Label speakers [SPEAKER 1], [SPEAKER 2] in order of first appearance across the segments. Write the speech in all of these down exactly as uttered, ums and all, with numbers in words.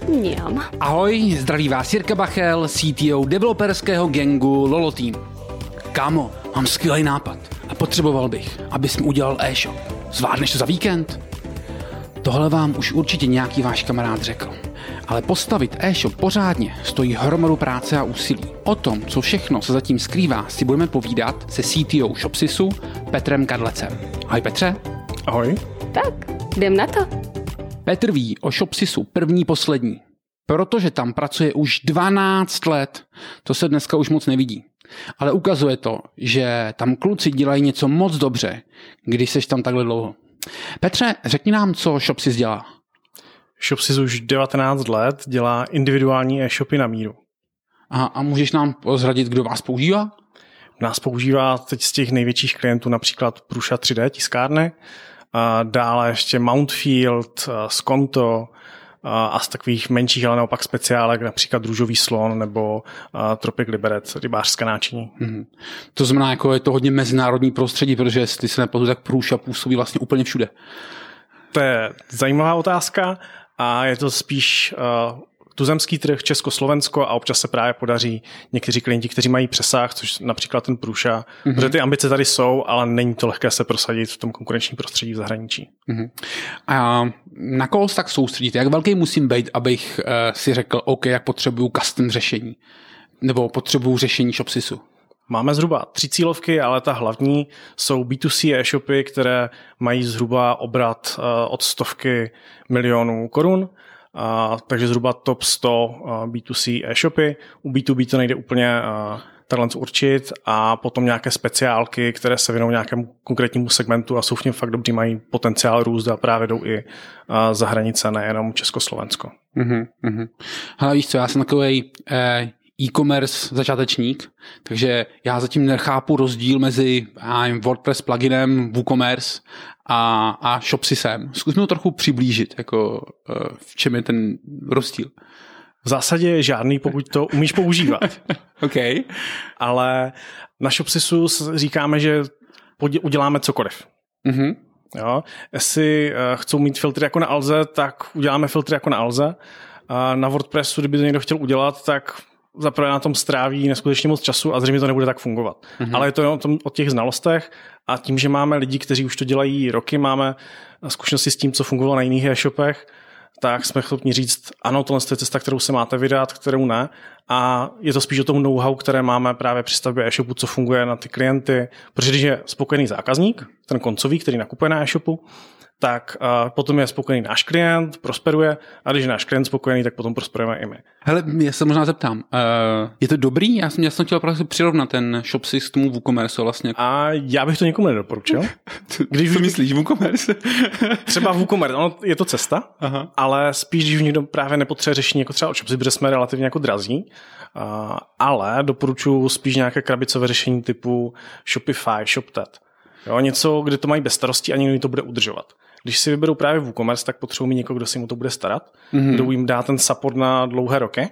[SPEAKER 1] Mňam.
[SPEAKER 2] Ahoj, zdraví vás Jirka Bachel, C T O developerského gangu Lolo Team. Kámo, mám skvělý nápad a potřeboval bych, abys mi udělal e-shop. Zvládneš to za víkend? Tohle vám už určitě nějaký váš kamarád řekl. Ale postavit e-shop pořádně stojí hromadu práce a úsilí. O tom, co všechno se zatím skrývá, si budeme povídat se C T O Shopsisu Petrem Kadlecem. Ahoj Petře.
[SPEAKER 3] Ahoj.
[SPEAKER 1] Tak, jdem na to.
[SPEAKER 2] Petr ví o Shopsisu první poslední, protože tam pracuje už dvanáct let. To se dneska už moc nevidí. Ale ukazuje to, že tam kluci dělají něco moc dobře, když seš tam takhle dlouho. Petře, řekni nám, co Shopsis dělá.
[SPEAKER 3] Shopsis už devatenáct let dělá individuální e-shopy na míru.
[SPEAKER 2] A, a můžeš nám prozradit, kdo vás používá?
[SPEAKER 3] Nás používá teď z těch největších klientů například Prusa tři dé tiskárny, a dále ještě Mountfield, Skonto a z takových menších, ale naopak speciálek, například Růžový slon nebo Tropic Liberec, rybářské náčiní.
[SPEAKER 2] Mm-hmm. To znamená, jako je to hodně mezinárodní prostředí, protože jestli se nepletu, tak Prusa působí vlastně úplně všude.
[SPEAKER 3] To je zajímavá otázka a je to spíš uh, tuzemský trh, Česko-Slovensko a občas se právě podaří někteří klienti, kteří mají přesah, což například ten Prusa, mm-hmm. protože ty ambice tady jsou, ale není to lehké se prosadit v tom konkurenčním prostředí v zahraničí.
[SPEAKER 2] Mm-hmm. A na koho se tak soustředíte? Jak velký musím být, abych uh, si řekl, OK, jak potřebuju custom řešení nebo potřebuju řešení Shopsisu?
[SPEAKER 3] Máme zhruba tři cílovky, ale ta hlavní jsou bé dvě cé e-shopy, které mají zhruba obrat uh, od stovky milionů korun. Uh, takže zhruba top sto uh, bé dvě cé e-shopy. U bé dvě bé to nejde úplně uh, takhle určit a potom nějaké speciálky, které se věnují nějakému konkrétnímu segmentu a jsou v něm fakt dobrý, mají potenciál růst a právě jdou i uh, za hranice, nejenom Československo.
[SPEAKER 2] Uh-huh, uh-huh. Hele, víš co, já jsem takovej eh, e-commerce začátečník, takže já zatím nechápu rozdíl mezi nevím, WordPress pluginem, WooCommerce a, a Shopsisem. Zkus mi to trochu přiblížit, jako v čem je ten rozdíl.
[SPEAKER 3] V zásadě žádný, pokud to umíš používat.
[SPEAKER 2] OK.
[SPEAKER 3] Ale na Shopsisu říkáme, že uděláme cokoliv.
[SPEAKER 2] Mm-hmm.
[SPEAKER 3] Jo? Jestli chcou mít filtry jako na Alze, tak uděláme filtry jako na Alze. A na WordPressu, kdyby to někdo chtěl udělat, tak zaprvé na tom stráví neskutečně moc času a zřejmě to nebude tak fungovat. Mm-hmm. Ale je to jenom o těch znalostech a tím, že máme lidi, kteří už to dělají roky, máme zkušenosti s tím, co fungovalo na jiných e-shopech, tak jsme schopni říct, ano, tohle je cesta, kterou se máte vydat, kterou ne. A je to spíš o tom know-how, které máme právě při stavbě e-shopu, co funguje na ty klienty. Protože když je spokojený zákazník, ten koncový, který nakupuje na e-shopu, tak uh, potom je spokojený náš klient, prosperuje a když je náš klient spokojený, tak potom prosperujeme i my.
[SPEAKER 2] Hele, já se možná zeptám, uh, je to dobrý? Já jsem, já jsem chtěl prostě přirovnat ten Shopsis k tomu WooCommerce vlastně.
[SPEAKER 3] A já bych to nikomu nedoporučil.
[SPEAKER 2] Když co myslíš, WooCommerce?
[SPEAKER 3] Třeba WooCommerce, ono je to cesta,
[SPEAKER 2] aha.
[SPEAKER 3] Ale spíš, když někdo právě nepotřebuje řešení jako třeba od Shopsy, protože jsme relativně jako drazí, uh, ale doporučuji spíš nějaké krabicové řešení typu Shopify, ShopTet. Jo, něco, kde to mají bez starostí a někdo to bude udržovat. Když si vyberou právě WooCommerce, tak potřebují mít někoho, kdo si mu to bude starat, mm-hmm. kdo jim dá ten support na dlouhé roky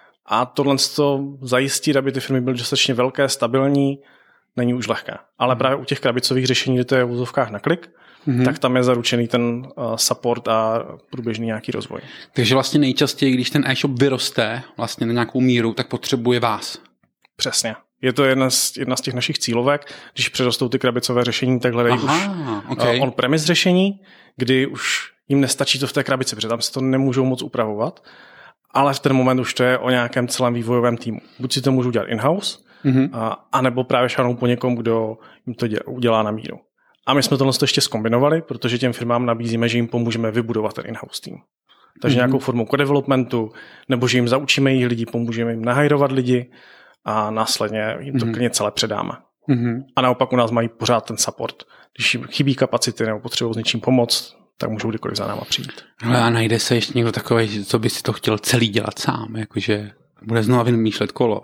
[SPEAKER 3] a tohle to zajistit, aby ty firmy byly dostatečně velké, stabilní, není už lehké. Ale mm-hmm. právě u těch krabicových řešení, kde to je v úzovkách na klik, mm-hmm. tak tam je zaručený ten uh, support a průběžný nějaký rozvoj.
[SPEAKER 2] Takže vlastně nejčastěji, když ten e-shop vyroste vlastně na nějakou míru, tak potřebuje vás.
[SPEAKER 3] Přesně. Je to jedna z, jedna z těch našich cílovek. Když přerostou ty krabicové řešení, tak hledají už okay. on-premise řešení, kdy už jim nestačí to v té krabici, protože tam se to nemůžou moc upravovat, ale v ten moment už to je o nějakém celém vývojovém týmu. Buď si to můžou dělat in-house, mm-hmm. a, anebo právě šáhnou po někom, kdo jim to dělá, udělá na míru. A my jsme tohle ještě zkombinovali, protože těm firmám nabízíme, že jim pomůžeme vybudovat ten in-house tým. Takže mm-hmm. nějakou formou co-developmentu, nebo že jim zaučíme jich lidi, pomůžeme jim nahajrovat lidi, a následně jim to mm-hmm. klidně celé předáme. Mm-hmm. A naopak u nás mají pořád ten support. Když jim chybí kapacity nebo potřebují s něčím pomoct, tak můžou kdykoliv za náma přijít.
[SPEAKER 2] Ale a najde se ještě někdo takový, co by si to chtěl celý dělat sám, jakože bude znovu vymýšlet kolo.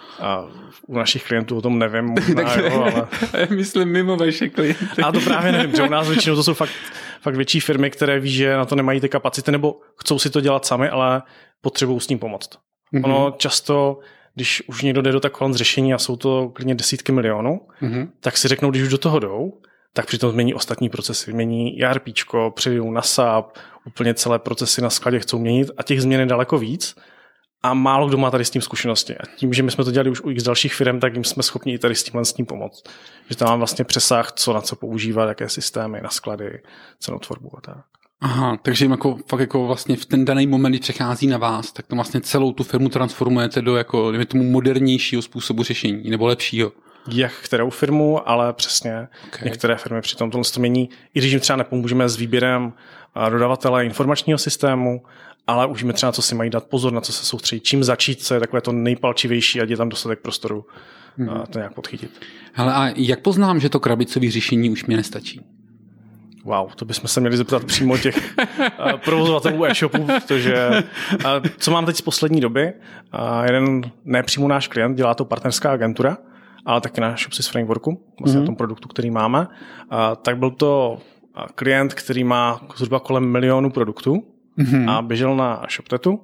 [SPEAKER 3] A u našich klientů o tom nevím, možná, jo, ale...
[SPEAKER 2] Myslím mimo vaše klienty.
[SPEAKER 3] A to právě nevím, že u nás většinou to jsou fakt, fakt větší firmy, které ví, že na to nemají ty kapacity, nebo chcou si to dělat sami, ale potřebují s ním pomoct. Mm-hmm. Ono často, když už někdo jde do takového řešení a jsou to klidně desítky milionů, mm-hmm. tak si řeknou, když už do toho jdou, tak přitom změní ostatní procesy. Změní ERPčko, přejdou na S A P, úplně celé procesy na skladě chcou měnit a těch změn je daleko víc. A málo kdo má tady s tím zkušenosti. A tím, že my jsme to dělali už u x dalších firm, tak jim jsme schopni i tady s tímhle s tím pomoct. Že tam mám vlastně přesah, co na co používat, jaké systémy, na sklady, cenotvorbu a tak.
[SPEAKER 2] Aha, takže jim jako, fakt jako vlastně v ten daný moment, kdy přechází na vás, tak to vlastně celou tu firmu transformujete do jako, dejme tomu modernějšího způsobu řešení, nebo lepšího.
[SPEAKER 3] Jak kterou firmu, ale přesně okay. Některé firmy při tom tohle to mění, i když jim třeba nepomůžeme s výběrem dodavatele informačního systému, ale už jim třeba, co si mají dát pozor, na co se soustředit, čím začít, co je takové to nejpalčivější, ať je tam dostatek prostoru hmm. to nějak podchytit.
[SPEAKER 2] Hele, a jak poznám, že to krabicové řešení už mě nestačí?
[SPEAKER 3] Wow, to bychom se měli zeptat přímo těch provozovatelů e-shopů, protože co mám teď z poslední doby, jeden ne přímo náš klient, dělá to partnerská agentura, ale taky náš ShopSys Frameworku, vlastně mm-hmm. na tom produktu, který máme, tak byl to klient, který má zhruba kolem milionu produktů mm-hmm. a běžel na ShopTetu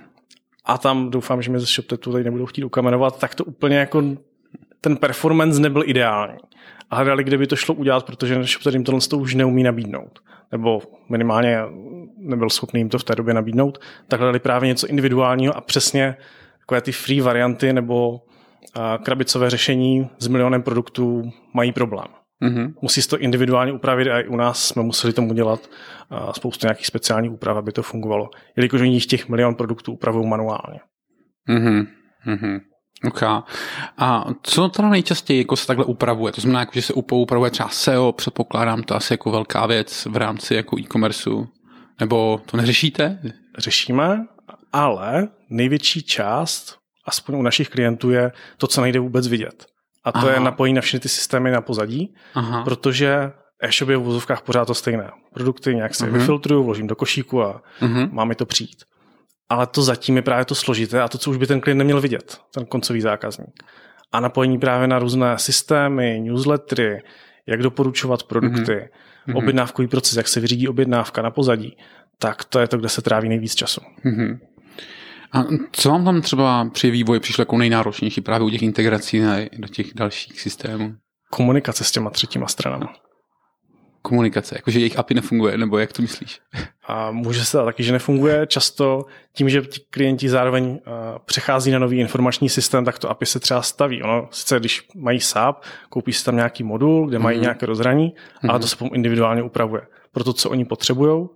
[SPEAKER 3] a tam doufám, že mě ze ShopTetu tady nebudou chtít ukamenovat, tak to úplně jako ten performance nebyl ideální. A hledali, kde by to šlo udělat, protože ShopTet jim tohle to už neumí nabídnout. Nebo minimálně nebyl schopný jim to v té době nabídnout. Tak hledali právě něco individuálního a přesně takové ty free varianty nebo krabicové řešení s milionem produktů mají problém. Mm-hmm. Musí se to individuálně upravit a i u nás jsme museli tomu dělat spoustu nějakých speciálních úprav, aby to fungovalo. Jelikož oni těch milion produktů upravují manuálně.
[SPEAKER 2] Mhm. Mm-hmm. Okay. A co teda nejčastěji jako se takhle upravuje? To znamená, jako, že se upravuje třeba S E O, předpokládám to asi jako velká věc v rámci jako e-commerceu. Nebo to neřešíte?
[SPEAKER 3] Řešíme, ale největší část, aspoň u našich klientů, je to, co nejde vůbec vidět. A to Aha. je napojení na všechny ty systémy na pozadí, Aha. protože e-shop je v vozovkách pořád to stejné. Produkty nějak se uh-huh. vyfiltruju, vložím do košíku a uh-huh. má mi to přijít. Ale to zatím je právě to složité a to, co už by ten klient neměl vidět, ten koncový zákazník. A napojení právě na různé systémy, newslettery, jak doporučovat produkty, mm-hmm. objednávkový proces, jak se vyřídí objednávka na pozadí, tak to je to, kde se tráví nejvíc času.
[SPEAKER 2] Mm-hmm. A co vám tam třeba při vývoji přišlo jako nejnáročnější právě u těch integrací do těch dalších systémů?
[SPEAKER 3] Komunikace s těma třetíma stranama.
[SPEAKER 2] Komunikace, jakože jejich A P I nefunguje, nebo jak to myslíš?
[SPEAKER 3] A může se taky, že nefunguje. Často tím, že ti klienti zároveň uh, přechází na nový informační systém, tak to A P I se třeba staví. Ono, sice když mají S A P, koupí si tam nějaký modul, kde mají mm-hmm. nějaké rozhraní, mm-hmm. ale to se potom individuálně upravuje. Pro to, co oni potřebujou,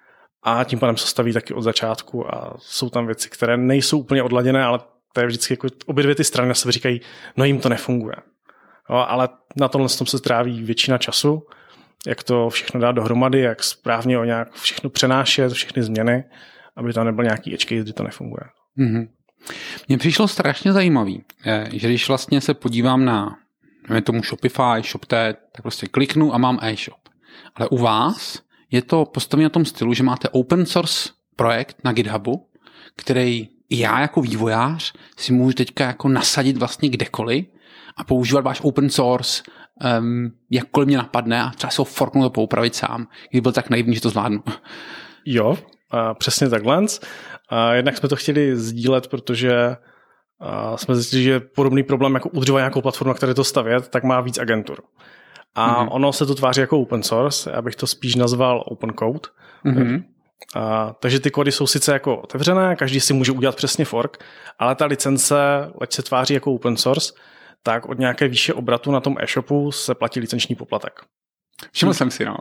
[SPEAKER 3] a tím pádem se staví taky od začátku a jsou tam věci, které nejsou úplně odladěné, ale to je vždycky jako obě dvě ty strany na sebe říkají, no jim to nefunguje. No, ale na tomhle tom se tráví většina času, jak to všechno dát dohromady, jak správně o nějak všechno přenášet, všechny změny, aby tam nebyl nějaký edge case, kdy to nefunguje.
[SPEAKER 2] Mm-hmm. Mně přišlo strašně zajímavý, že když vlastně se podívám na tomu Shopify, ShopTet, tak prostě kliknu a mám e-shop. Ale u vás je to postavené na tom stylu, že máte open source projekt na GitHubu, který já jako vývojář si můžu teďka jako nasadit vlastně kdekoliv a používat váš open source um, jakkoliv mě napadne a třeba se ho forknout a poupravit sám, když byl tak naivní, že to zvládnu.
[SPEAKER 3] Jo, a přesně takhle. A jednak jsme to chtěli sdílet, protože jsme zjistili, že podobný problém jako udržovat nějakou platformu, na které to stavět, tak má víc agentur. A mm-hmm. ono se to tváří jako open source, já bych to spíš nazval open code. Mm-hmm. A, takže ty kódy jsou sice jako otevřené, každý si může udělat přesně fork, ale ta licence, leč se tváří jako open source, tak od nějaké výše obratu na tom e-shopu se platí licenční poplatek.
[SPEAKER 2] Všiml jsem si, no.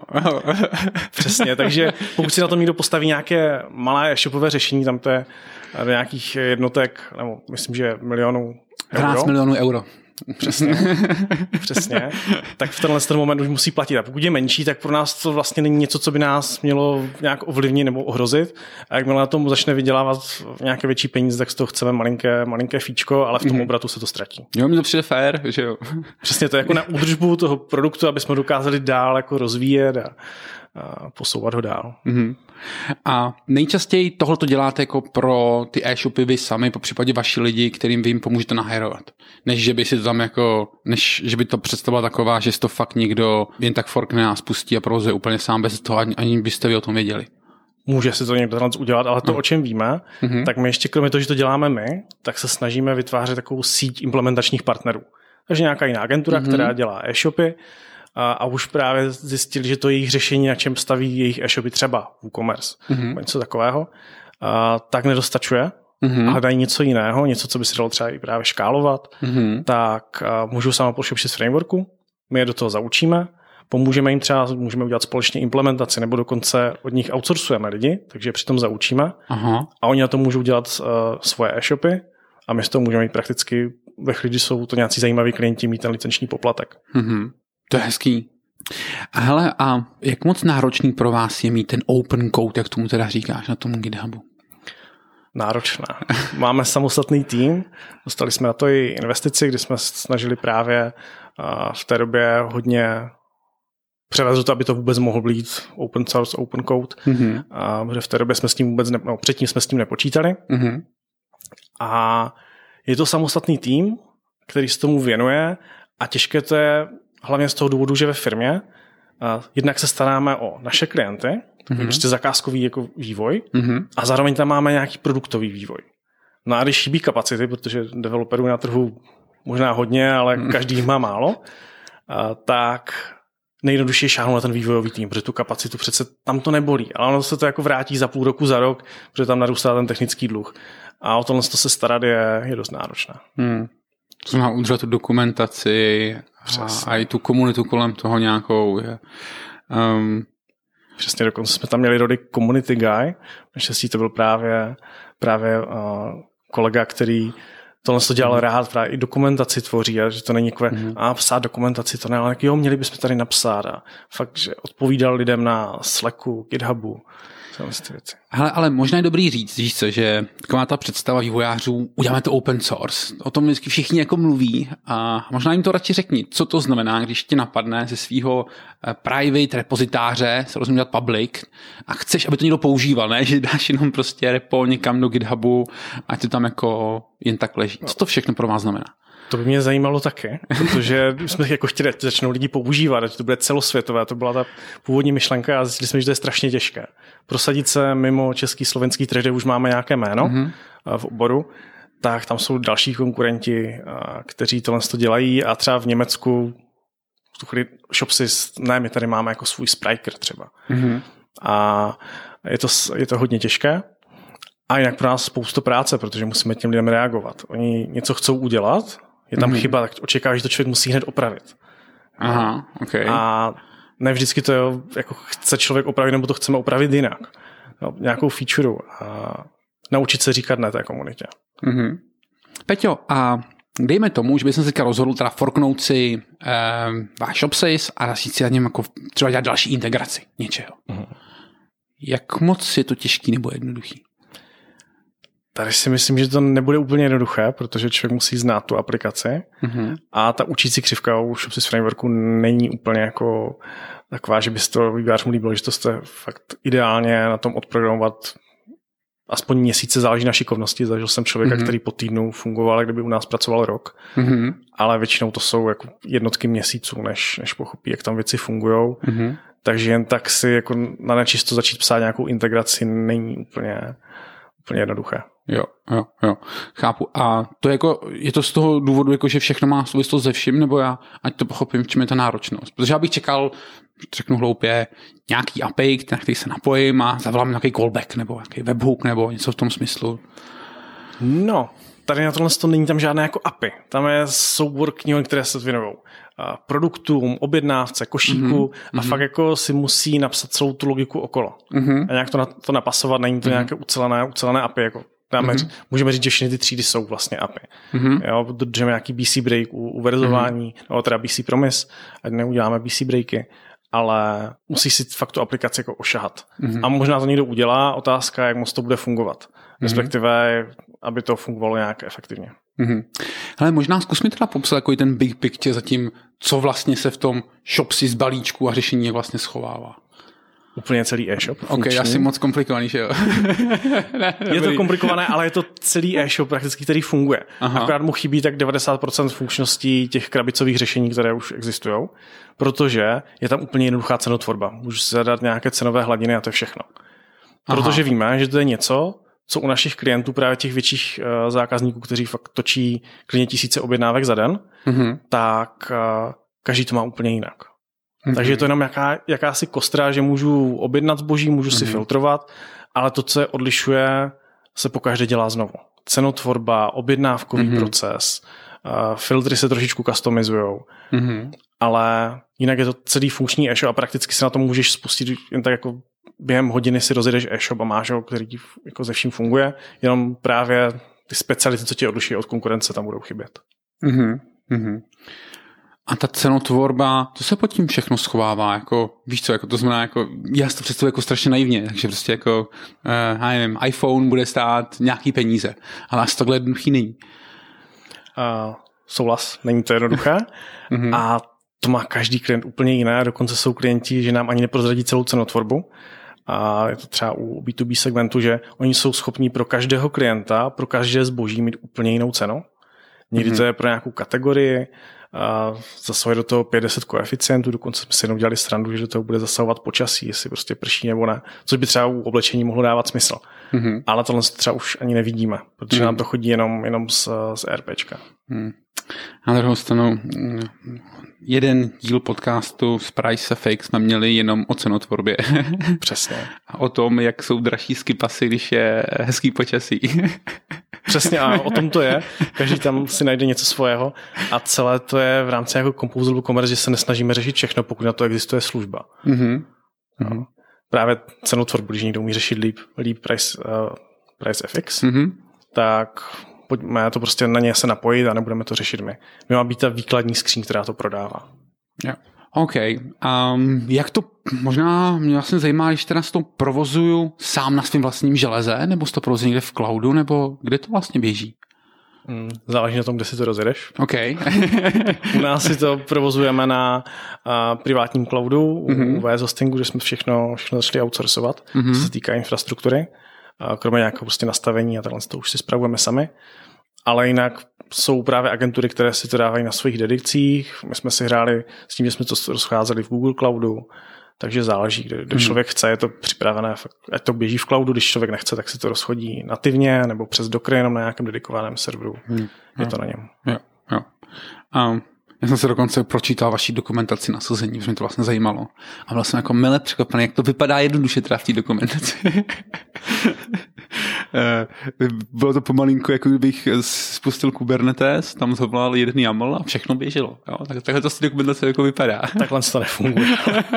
[SPEAKER 3] Přesně, takže pokud si na tom někdo postaví nějaké malé e-shopové řešení, tam to je do nějakých jednotek, nebo myslím, že milionů euro.
[SPEAKER 2] dvanáct milionů euro.
[SPEAKER 3] Přesně, přesně. Tak v tenhle ten moment už musí platit. A pokud je menší, tak pro nás to vlastně není něco, co by nás mělo nějak ovlivnit nebo ohrozit. A jakmile na tom začne vydělávat nějaké větší peníze, tak z toho chceme malinké, malinké fíčko, ale v tom mm-hmm. obratu se to ztratí.
[SPEAKER 2] Jo, mi to přijde fér, že jo.
[SPEAKER 3] Přesně, to je jako na údržbu toho produktu, aby jsme dokázali dál jako rozvíjet a, a posouvat ho dál.
[SPEAKER 2] Mm-hmm. A nejčastěji tohle to děláte jako pro ty e-shopy vy sami, po případě vaši lidi, kterým vy jim pomůžete nahajrovat. Než že by si to tam jako, než že by to představovala taková, že si to fakt někdo jen tak forkne a spustí a provozuje úplně sám bez toho, ani, ani byste vy o tom věděli.
[SPEAKER 3] Může si to někdo udělat, ale to, no. o čem víme, mm-hmm. tak my ještě kromě toho, že to děláme my, tak se snažíme vytvářet takovou síť implementačních partnerů. Takže nějaká jiná agentura, mm-hmm. která dělá e-shopy, a, a už právě zjistili, že to je jejich řešení, na čem staví jejich e-shopy, třeba WooCommerce, mm-hmm. něco takového, a, tak nedostačuje. Mm-hmm. A hledají něco jiného, něco, co by se dalo třeba i právě škálovat, mm-hmm. tak a, můžou sama po Shopsys frameworku, my je do toho zaučíme, pomůžeme jim třeba, můžeme udělat společně implementaci, nebo dokonce od nich outsourcujeme lidi, takže přitom zaučíme. Aha. A oni na to můžou dělat uh, svoje e-shopy a my z toho můžeme mít prakticky ve chvíli, kdy jsou to nějací zajímaví klienti, mít ten licenční poplatek.
[SPEAKER 2] Mm-hmm. To je hezký. A hele, a jak moc náročný pro vás je mít ten open code, jak tomu teda říkáš na tom GitHubu?
[SPEAKER 3] Náročná. Máme samostatný tým, dostali jsme na to i investici, kdy jsme snažili právě uh, v té době hodně převezl to, aby to vůbec mohl být open source, open code. Mm-hmm. A protože v té době jsme s tím vůbec, ne, no, předtím jsme s tím nepočítali. Mm-hmm. A je to samostatný tým, který se tomu věnuje a těžké to je hlavně z toho důvodu, že ve firmě a jednak se staráme o naše klienty, takový mm-hmm. prostě zakázkový jako vývoj mm-hmm. a zároveň tam máme nějaký produktový vývoj. No a když chybí kapacity, protože developerů na trhu možná hodně, ale mm-hmm. každý jich má málo, a, tak nejjednodušší je šáhnout na ten vývojový tým, protože tu kapacitu přece tam to nebolí, ale ono se to jako vrátí za půl roku, za rok, protože tam narůstá ten technický dluh. A o tohle se starat je, je dost náročné. Hmm.
[SPEAKER 2] To znamená udržet tu dokumentaci a, a i tu komunitu kolem toho nějakou. Je. Um.
[SPEAKER 3] Přesně, dokonce jsme tam měli roli community guy. Naštěstí to byl právě, právě uh, kolega, který tohle to dělal mm. rád, právě i dokumentaci tvoří, a že to není takové, mm. a psát dokumentaci, to ne, ale jo, měli bychom tady napsat a fakt, že odpovídal lidem na Slacku, GitHubu, ty věci.
[SPEAKER 2] Hele, ale možná je dobrý říct, víš co, že taková ta představa vývojářů, uděláme to open source, o tom vždycky všichni jako mluví a možná jim to radši řekni, co to znamená, když ti napadne ze svého private repozitáře se rozumí dělat public a chceš, aby to někdo používal, ne, že dáš jenom prostě repo někam do GitHubu a to tam jako jen tak leží. Co to všechno pro vás znamená?
[SPEAKER 3] To by mě zajímalo taky, protože jsme jako chtěli, že začnou lidi používat, že to bude celosvětové. To byla ta původní myšlenka a zjistili jsme, že to je strašně těžké. Prosadit se mimo český, slovenský trh, kde už máme nějaké jméno mm-hmm. v oboru, tak tam jsou další konkurenti, kteří tohle to dělají a třeba v Německu v tu chvíli Shopsys, ne, my tady máme jako svůj Spryker třeba. Mm-hmm. A je to, je to hodně těžké. A jinak pro nás spoustu práce, protože musíme těm lidem reagovat. Oni něco chcou udělat, je tam mm-hmm. chyba, tak očekáváš, že to člověk musí hned opravit.
[SPEAKER 2] Aha, okay.
[SPEAKER 3] A ne vždycky to je, jako chce člověk opravit, nebo to chceme opravit jinak. No, nějakou featureu a naučit se říkat ne té komunitě.
[SPEAKER 2] Mm-hmm. Peťo, a dejme tomu, že bych se teďka rozhodl teda forknout si eh, váš Shopsys a začít si na něm jako třeba dělat další integraci něčeho. Mm-hmm. Jak moc je to těžký nebo jednoduchý?
[SPEAKER 3] Tady si myslím, že to nebude úplně jednoduché, protože člověk musí znát tu aplikaci mm-hmm. a ta učící křivka u Shopsys frameworku není úplně jako taková, že by se to vývojářům líbilo, že to jste fakt ideálně na tom odprogramovat aspoň měsíce, záleží na šikovnosti. Zažil jsem člověka, mm-hmm. který po týdnu fungoval, kdyby u nás pracoval rok, mm-hmm. ale většinou to jsou jako jednotky měsíců, než, než pochopí, jak tam věci fungujou. Mm-hmm. Takže jen tak si jako na nečisto začít psát nějakou integraci není úplně, úplně jednoduché.
[SPEAKER 2] Jo, jo, jo, chápu. A to je, jako, je to z toho důvodu, jako, že všechno má souvislost se vším, nebo já, ať to pochopím, v čem je ta náročnost. Protože já bych čekal, řeknu hloupě, nějaký A P I, na který se napojím a zavolám nějaký callback, nebo nějaký webhook, nebo něco v tom smyslu.
[SPEAKER 3] No, tady na tohle to není tam žádné jako A P I. Tam je soubor knih, které se věnují produktům, objednávce, košíku mm-hmm. a fakt jako si musí napsat celou tu logiku okolo. Mm-hmm. A nějak to, na, to napasovat, není to mm-hmm. nějaké ucelené, ucelené A P I, jako Dáme, mm-hmm. můžeme říct, že všechny ty třídy jsou vlastně A P I. Mm-hmm. Jo, dodržeme nějaký B C break u, u verzování, mm-hmm. no teda B C promise, ať neuděláme B C breaky, ale musí si fakt tu aplikaci jako ošahat. Mm-hmm. A možná to někdo udělá, otázka, jak moc to bude fungovat. Mm-hmm. Respektive, aby to fungovalo nějak efektivně.
[SPEAKER 2] Mm-hmm. Hele, možná zkus mi teda popsat jako ten big picture za tím, co vlastně se v tom Shopsys balíčku a řešení vlastně schovává.
[SPEAKER 3] Úplně celý e-shop.
[SPEAKER 2] Ok, asi moc komplikovaný, že jo?
[SPEAKER 3] ne, je to komplikované, ale je to celý e-shop prakticky, který funguje. Aha. Akorát mu chybí tak devadesát procent funkčností těch krabicových řešení, které už existují, protože je tam úplně jednoduchá cenotvorba. Můžu si zadat nějaké cenové hladiny a to je všechno. Protože Aha. víme, že to je něco, co u našich klientů, právě těch větších uh, zákazníků, kteří fakt točí klidně tisíce objednávek za den, mm-hmm. tak uh, každý to má úplně jinak. Mm-hmm. Takže je to jenom jaká, jakási kostra, že můžu objednat zboží, můžu mm-hmm. si filtrovat, ale to, co je odlišuje, se pokaždé dělá znovu. Cenotvorba, objednávkový mm-hmm. proces, uh, filtry se trošičku customizujou, mm-hmm. ale jinak je to celý funkční e-shop a prakticky se na to můžeš spustit jen tak jako během hodiny si rozjedeš e-shop a máš ho, který jako ze vším funguje, jenom právě ty speciality, co tě odliší od konkurence, tam budou chybět.
[SPEAKER 2] Mm-hmm. A ta cenotvorba, to se pod tím všechno schovává, jako, víš co, jako to znamená, jako, já si to představuji jako strašně naivně, takže prostě jako, uh, já nevím, iPhone bude stát nějaký peníze, ale asi takhle jednoduchý není.
[SPEAKER 3] Uh, souhlas, není to jednoduché mm-hmm. a to má každý klient úplně jiné, dokonce jsou klienti, že nám ani neprozradí celou cenotvorbu. A je to třeba u bé dvě bé segmentu, že oni jsou schopní pro každého klienta, pro každé zboží mít úplně jinou cenu. Někdy mm-hmm. to je pro nějakou kategorii, a zasahuje do toho pět deset koeficientů, dokonce jsme si jenom dělali srandu, že do toho bude zasahovat počasí, jestli prostě prší nebo ne, což by třeba u oblečení mohlo dávat smysl. Mm-hmm. Ale tohle třeba už ani nevidíme, protože mm-hmm. nám to chodí jenom, jenom z, z RPčka. Mm.
[SPEAKER 2] Na druhou stranu, jeden díl podcastu z Price Fake jsme měli jenom o cenotvorbě.
[SPEAKER 3] Přesně.
[SPEAKER 2] A o tom, jak jsou dražší skipasy, když je hezký počasí.
[SPEAKER 3] Přesně, a o tom to je. Každý tam si najde něco svého a celé to je v rámci jako composable commerce, že se nesnažíme řešit všechno, pokud na to existuje služba. Mm-hmm. No. Právě cenotvorbu, když někdo umí řešit líp, líp price, uh, price F X, mm-hmm. tak pojďme to prostě na ně se napojit a nebudeme to řešit my. My má být ta výkladní skříň, která to prodává.
[SPEAKER 2] Jo. OK. Um, jak to možná mě vlastně zajímá, když teda s to provozuju sám na svým vlastním železe, nebo s to provozuju někde v cloudu, nebo kde to vlastně běží?
[SPEAKER 3] Hmm, záleží na tom, kde si to rozjedeš.
[SPEAKER 2] OK.
[SPEAKER 3] U nás si to provozujeme na uh, privátním cloudu, mm-hmm. u V S hostingu, kde jsme všechno, všechno začali outsourcovat, mm-hmm. co se týká infrastruktury. Uh, kromě nějakého prostě nastavení a takhle to už si spravujeme sami. Ale jinak jsou právě agentury, které si to dávají na svých dedikcích. My jsme si hráli s tím, že jsme to rozcházeli v Google Cloudu, takže záleží, kde, kde hmm. člověk chce, je to připravené, ať to běží v cloudu, když člověk nechce, tak si to rozchodí nativně nebo přes Docker jenom na nějakém dedikovaném serveru. Hmm. Je
[SPEAKER 2] jo.
[SPEAKER 3] to na něm.
[SPEAKER 2] Jo, jo. Um, já jsem se dokonce pročítal vaší dokumentaci na sazení, protože mě to vlastně zajímalo. A byl jsem jako mile překvapený, jak to vypadá jednoduše teda v té dokumentaci. Bylo to pomalinku, jako kdybych spustil Kubernetes, tam zavolal jeden YAML a všechno běželo. Jo? Tak, takhle to z té dokumentace jako vypadá.
[SPEAKER 3] Takhle to nefunguje.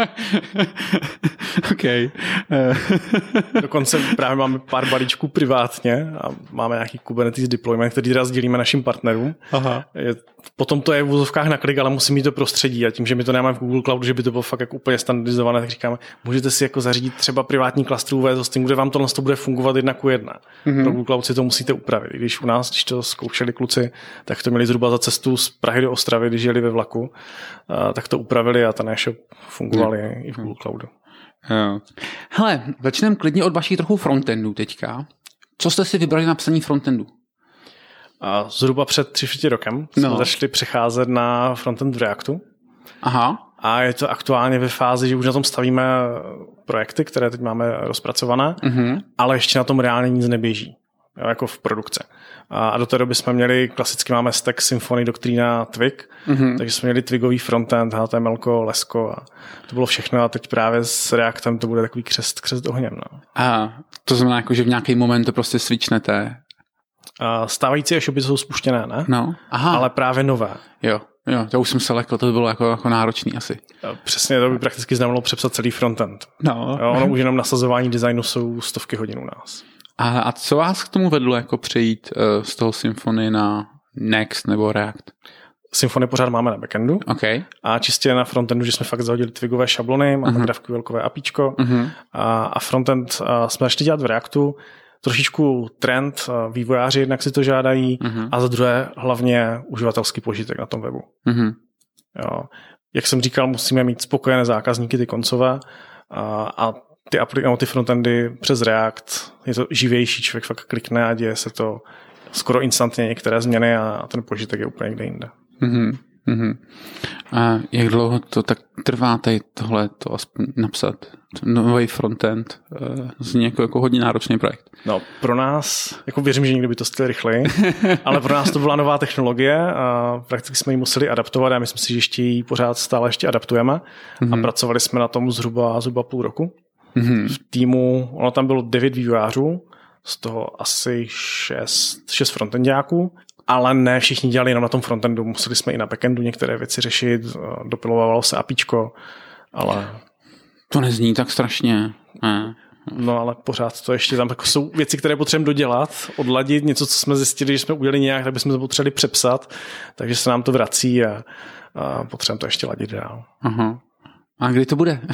[SPEAKER 2] OK.
[SPEAKER 3] Dokonce právě máme pár balíčků privátně a máme nějaký Kubernetes deployment, který teda sdělíme našim partnerům. Aha. Je, potom to je v úzovkách na klik, ale musí mít to prostředí a tím, že my to nemáme v Google Cloudu, že by to bylo fakt jako úplně standardizované, tak říkáme, můžete si jako zařídit třeba privátní klastru V S hostingu, kde vám tohle to bude fungovat jedna ku jedna. Mm-hmm. Pro Google Cloud si to musíte upravit. Když u nás, když to zkoušeli kluci, tak to měli zhruba za cestu z Prahy do Ostravy, když jeli ve vlaku, tak to upravili a ten e-shop fungovali mm. i v Google Cloudu.
[SPEAKER 2] Jo. Hele, začneme klidně od vašich trochu frontendů teďka. Co jste si vybrali na psaní frontendu?
[SPEAKER 3] A zhruba před tři čtvrtě rokem jsme no. začali přecházet na frontend v Reactu.
[SPEAKER 2] Aha.
[SPEAKER 3] A je to aktuálně ve fázi, že už na tom stavíme projekty, které teď máme rozpracované, mm-hmm. ale ještě na tom reálně nic neběží, jo, jako v produkce. A do té doby jsme měli, klasicky máme stack Symfony, Doktrína, Twig, mm-hmm. takže jsme měli Twigový frontend, H T M L ko, Lesko a to bylo všechno a teď právě s Reactem to bude takový křest, křest ohněm. No.
[SPEAKER 2] A to znamená, jako, že v nějaký moment to prostě switchnete?
[SPEAKER 3] A stávající e-shopy jsou spuštěné, ne?
[SPEAKER 2] No. Aha.
[SPEAKER 3] Ale právě nové.
[SPEAKER 2] Jo. Jo, to už jsem se lekl, to by bylo jako, jako náročný asi.
[SPEAKER 3] Přesně, to by prakticky znamenalo přepsat celý frontend.
[SPEAKER 2] No.
[SPEAKER 3] Jo, ono už jenom nasazování designu jsou stovky hodin u nás.
[SPEAKER 2] A, a co vás k tomu vedlo jako přejít uh, z toho Symfony na Next nebo React?
[SPEAKER 3] Symfony pořád máme na backendu.
[SPEAKER 2] Okay.
[SPEAKER 3] A čistě na frontendu, že jsme fakt zahodili Twigové šablony, máme uh-huh. GraphQLkové apíčko uh-huh. a, a frontend a jsme začali dělat v Reactu. Trošičku trend, vývojáři jednak si to žádají uh-huh. a za druhé hlavně uživatelský požitek na tom webu. Uh-huh. Jo. Jak jsem říkal, musíme mít spokojené zákazníky, ty koncové a, a ty, apli- ty frontendy přes React, je to živější, člověk fakt klikne a děje se to skoro instantně některé změny a ten požitek je úplně někde jinde.
[SPEAKER 2] Uh-huh. mm-hmm. A jak dlouho to tak trvá tady tohle to aspoň napsat? Nový frontend zní jako, jako hodně náročný projekt.
[SPEAKER 3] No, pro nás, jako věřím, že někdo by to stihli rychleji, ale pro nás to byla nová technologie a prakticky jsme ji museli adaptovat a myslím si, že ještě ji pořád stále ještě adaptujeme mm-hmm. a pracovali jsme na tom zhruba, zhruba půl roku. Mm-hmm. V týmu, ono tam bylo devět vývojářů, z toho asi šest, šest frontendáků, ale ne všichni dělali jenom na tom frontendu, museli jsme i na backendu některé věci řešit, dopilovalo se APIčko, ale...
[SPEAKER 2] To nezní tak strašně. Ne.
[SPEAKER 3] No ale pořád to ještě tam jako jsou věci, které potřebujeme dodělat, odladit, něco, co jsme zjistili, že jsme udělali nějak, tak bychom to potřebovali přepsat, takže se nám to vrací a, a potřebujeme to ještě ladit dál.
[SPEAKER 2] Aha. A kdy to bude?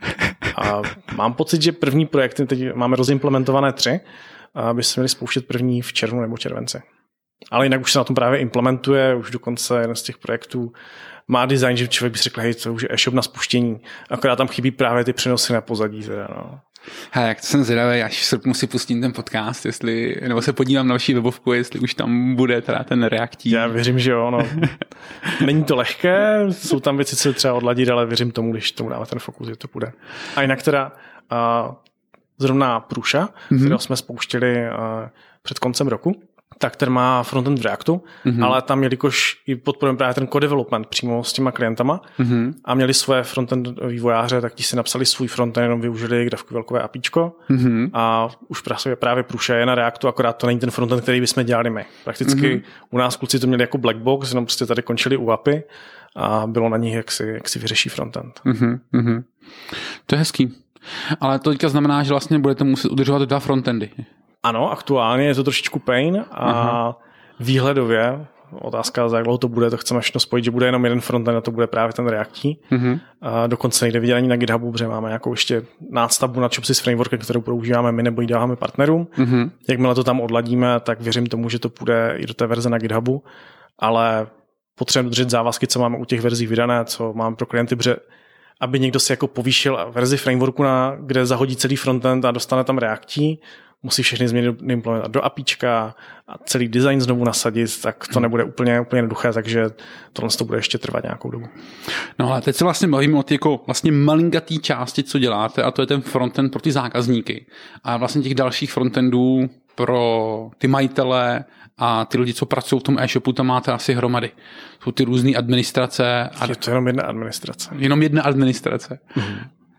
[SPEAKER 3] A mám pocit, že první projekty, teď máme rozimplementované tři, aby se měli spouštět první v červnu nebo červenci. Ale jinak už se na tom právě implementuje, už dokonce jeden z těch projektů má design, že člověk by si řekl, hej, to už je e-shop na spuštění, akorát tam chybí právě ty přenosy na pozadí. Teda, no.
[SPEAKER 2] Hej, jak to jsem zvědavý, až v srpnu si pustím ten podcast, jestli, nebo se podívám na vaši webovku, jestli už tam bude teda ten reaktí.
[SPEAKER 3] Já věřím, že jo, no. Není to lehké, jsou tam věci, co třeba odladit, ale věřím tomu, když tomu dáme ten fokus, že to bude. A jinak teda a zrovna Průša, mm-hmm. kterého jsme spouštěli a, před koncem roku, tak ten má frontend v Reactu, mm-hmm. ale tam, jelikož i podporujeme právě ten co-development přímo s těma klientama mm-hmm. a měli svoje frontend vývojáře, tak ti si napsali svůj frontend, jenom využili GraphQLové APIčko mm-hmm. a už právě, právě Průša je na Reactu, akorát to není ten frontend, který bychom dělali my. Prakticky mm-hmm. u nás kluci to měli jako black box, jenom prostě tady končili u A P I a bylo na nich, jak si, jak si vyřeší frontend.
[SPEAKER 2] Mm-hmm. To je hezký. Ale to teďka znamená, že vlastně budete muset udržovat dva frontendy.
[SPEAKER 3] Ano, aktuálně je to trošičku pain a Aha. výhledově, otázka, za jak dlouho to bude, to chceme všechno spojit, že bude jenom jeden frontend a to bude právě ten Reactí. Uh-huh. A dokonce někde vidět ani na GitHubu, protože máme nějakou ještě nástavbu na Chopsys frameworkem, kterou používáme my nebo ji dáváme partnerům. Uh-huh. Jakmile to tam odladíme, tak věřím tomu, že to půjde i do té verze na GitHubu, ale potřebujeme dodržet závazky, co máme u těch verzí vydané, co máme pro klienty, protože aby někdo si jako povýšil verzi frameworku, na, kde zahodí celý frontend a dostane tam Reactí, musí všechny změny implementovat do APIčka a celý design znovu nasadit, tak to nebude úplně, úplně jednoduché, takže tohle to bude ještě trvat nějakou dobu.
[SPEAKER 2] No ale teď se vlastně bavíme o ty jako vlastně malinkatý části, co děláte, a to je ten frontend pro ty zákazníky. A vlastně těch dalších frontendů pro ty majitele a ty lidi, co pracují v tom e-shopu, tam máte asi hromady. Jsou ty různé administrace. A...
[SPEAKER 3] Je to jenom jedna administrace.
[SPEAKER 2] Jenom jedna administrace. Mm.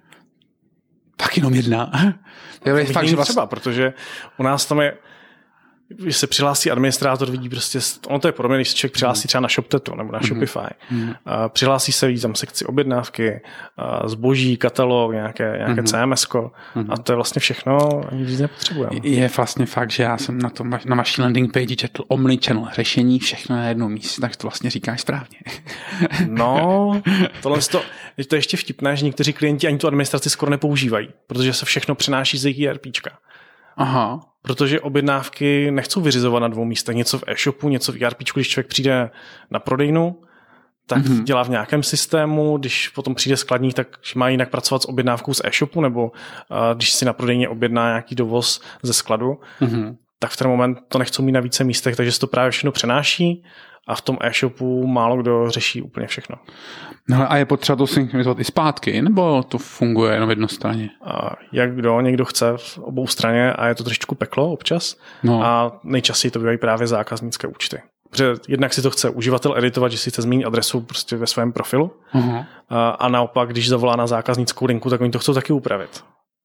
[SPEAKER 2] Tak jenom jedna.
[SPEAKER 3] To je fakt, že vlastně... třeba, protože u nás tam je, když se přihlásí administrátor, vidí prostě, ono to je podobně, když se člověk přihlásí třeba na ShopTetu nebo na mm. Shopify. Mm. Přihlásí se, vidí tam sekci objednávky, zboží, katalog, nějaké, nějaké mm. C M S ko mm. a to je vlastně všechno, ani víc nepotřebujeme.
[SPEAKER 2] Je vlastně fakt, že já jsem na tom na vaší landing page četl omnichannel řešení, všechno na jednom místě, tak to vlastně říkáš správně.
[SPEAKER 3] No, tohle to, to je ještě vtipné, že někteří klienti ani tu administraci skoro nepoužívají, protože se všechno přenáší z jejich ERPčka.
[SPEAKER 2] Aha.
[SPEAKER 3] Protože objednávky nechcou vyřizovat na dvou místech. Něco v e-shopu, něco v ERPčku, když člověk přijde na prodejnu, tak mm-hmm. dělá v nějakém systému, když potom přijde skladník, tak má jinak pracovat s objednávkou z e-shopu, nebo uh, když si na prodejně objedná nějaký dovoz ze skladu, mm-hmm. tak v ten moment to nechcou mít na více místech, takže se to právě všechno přenáší a v tom e-shopu málo kdo řeší úplně všechno.
[SPEAKER 2] No a je potřeba to synchronizovat i zpátky, nebo to funguje jenom jednostranně?
[SPEAKER 3] A jak kdo, někdo chce v obou straně a je to trošičku peklo občas no. a nejčastěji to bývají právě zákaznické účty. Protože jednak si to chce uživatel editovat, že si chce změnit adresu prostě ve svém profilu uh-huh. a, a naopak, když zavolá na zákaznickou linku, tak oni to chcou taky upravit.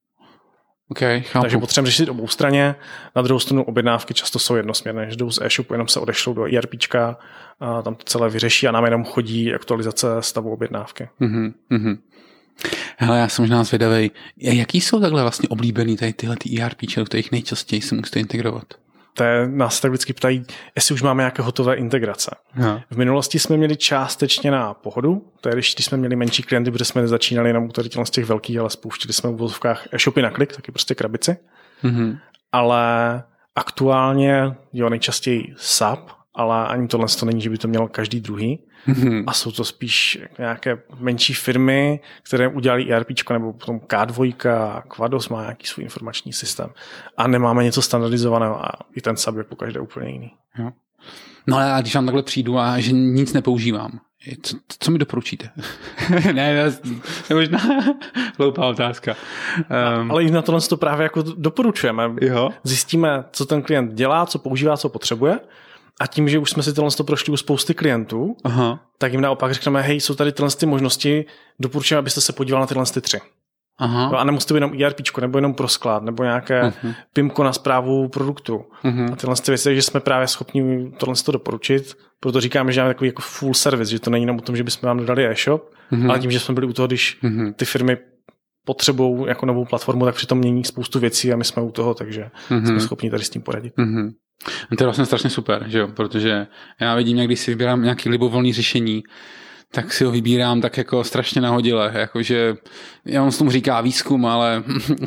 [SPEAKER 2] Okay,
[SPEAKER 3] Takže potřebujeme řešit obou straně. Na druhou stranu objednávky často jsou jednosměrné, že jdou z e-shopu, jenom se odešlou do ERPčka, a tam to celé vyřeší a nám jenom chodí aktualizace stavu objednávky.
[SPEAKER 2] Mm-hmm. Hele, já jsem možná zvědavej, jaký jsou takhle vlastně oblíbený tady tyhle ty ERPčka, do kterých nejčastěji se musíte integrovat?
[SPEAKER 3] To je, nás tak vždycky ptají, jestli už máme nějaké hotové integrace. Aha. V minulosti jsme měli částečně na Pohodu, to je když, když jsme měli menší klienty, protože jsme nezačínali jenom u z těch velkých, ale spouštili jsme v vozovkách e-shopy na klik, taky prostě krabici. Mm-hmm. Ale aktuálně, jo, nejčastěji S A P, ale ani tohle to není, že by to měl každý druhý. Mm-hmm. A jsou to spíš nějaké menší firmy, které udělali ERPčko, nebo potom K dva, Quados má nějaký svůj informační systém. A nemáme něco standardizovaného a i ten S A P je po každé úplně jiný.
[SPEAKER 2] Jo. No ale když vám takhle přijdu a že nic nepoužívám, co, co mi doporučíte? ne, to je možná hloupá otázka. Um,
[SPEAKER 3] ale i na tohle to právě jako doporučujeme. Jo. Zjistíme, co ten klient dělá, co používá, co potřebuje. A tím, že už jsme si tohle prošli u spousty klientů, Aha. tak jim naopak řekneme, hej, jsou tady tyhle ty možnosti, doporučujeme, abyste se podíval na tyhle ty tři. Aha. A nemusí to být jenom ERPčko, nebo jenom pro sklad, nebo nějaké uh-huh. PIMko na správu produktu. Uh-huh. A tyhle ty věci, že jsme právě schopni tohle to doporučit. Proto říkáme, že máme takový jako full service, že to není jenom o tom, že bychom vám dodali e-shop, uh-huh. ale tím, že jsme byli u toho, když uh-huh. ty firmy potřebují jako novou platformu, tak přitom mění spoustu věcí a my jsme u toho, takže uh-huh. jsme schopni tady s tím poradit.
[SPEAKER 2] Uh-huh. To je vlastně strašně super, že jo? Protože já vidím, jak když si vybírám nějaký libovolný řešení, tak si ho vybírám tak jako strašně nahodile, jakože já on s tomu říká výzkum, ale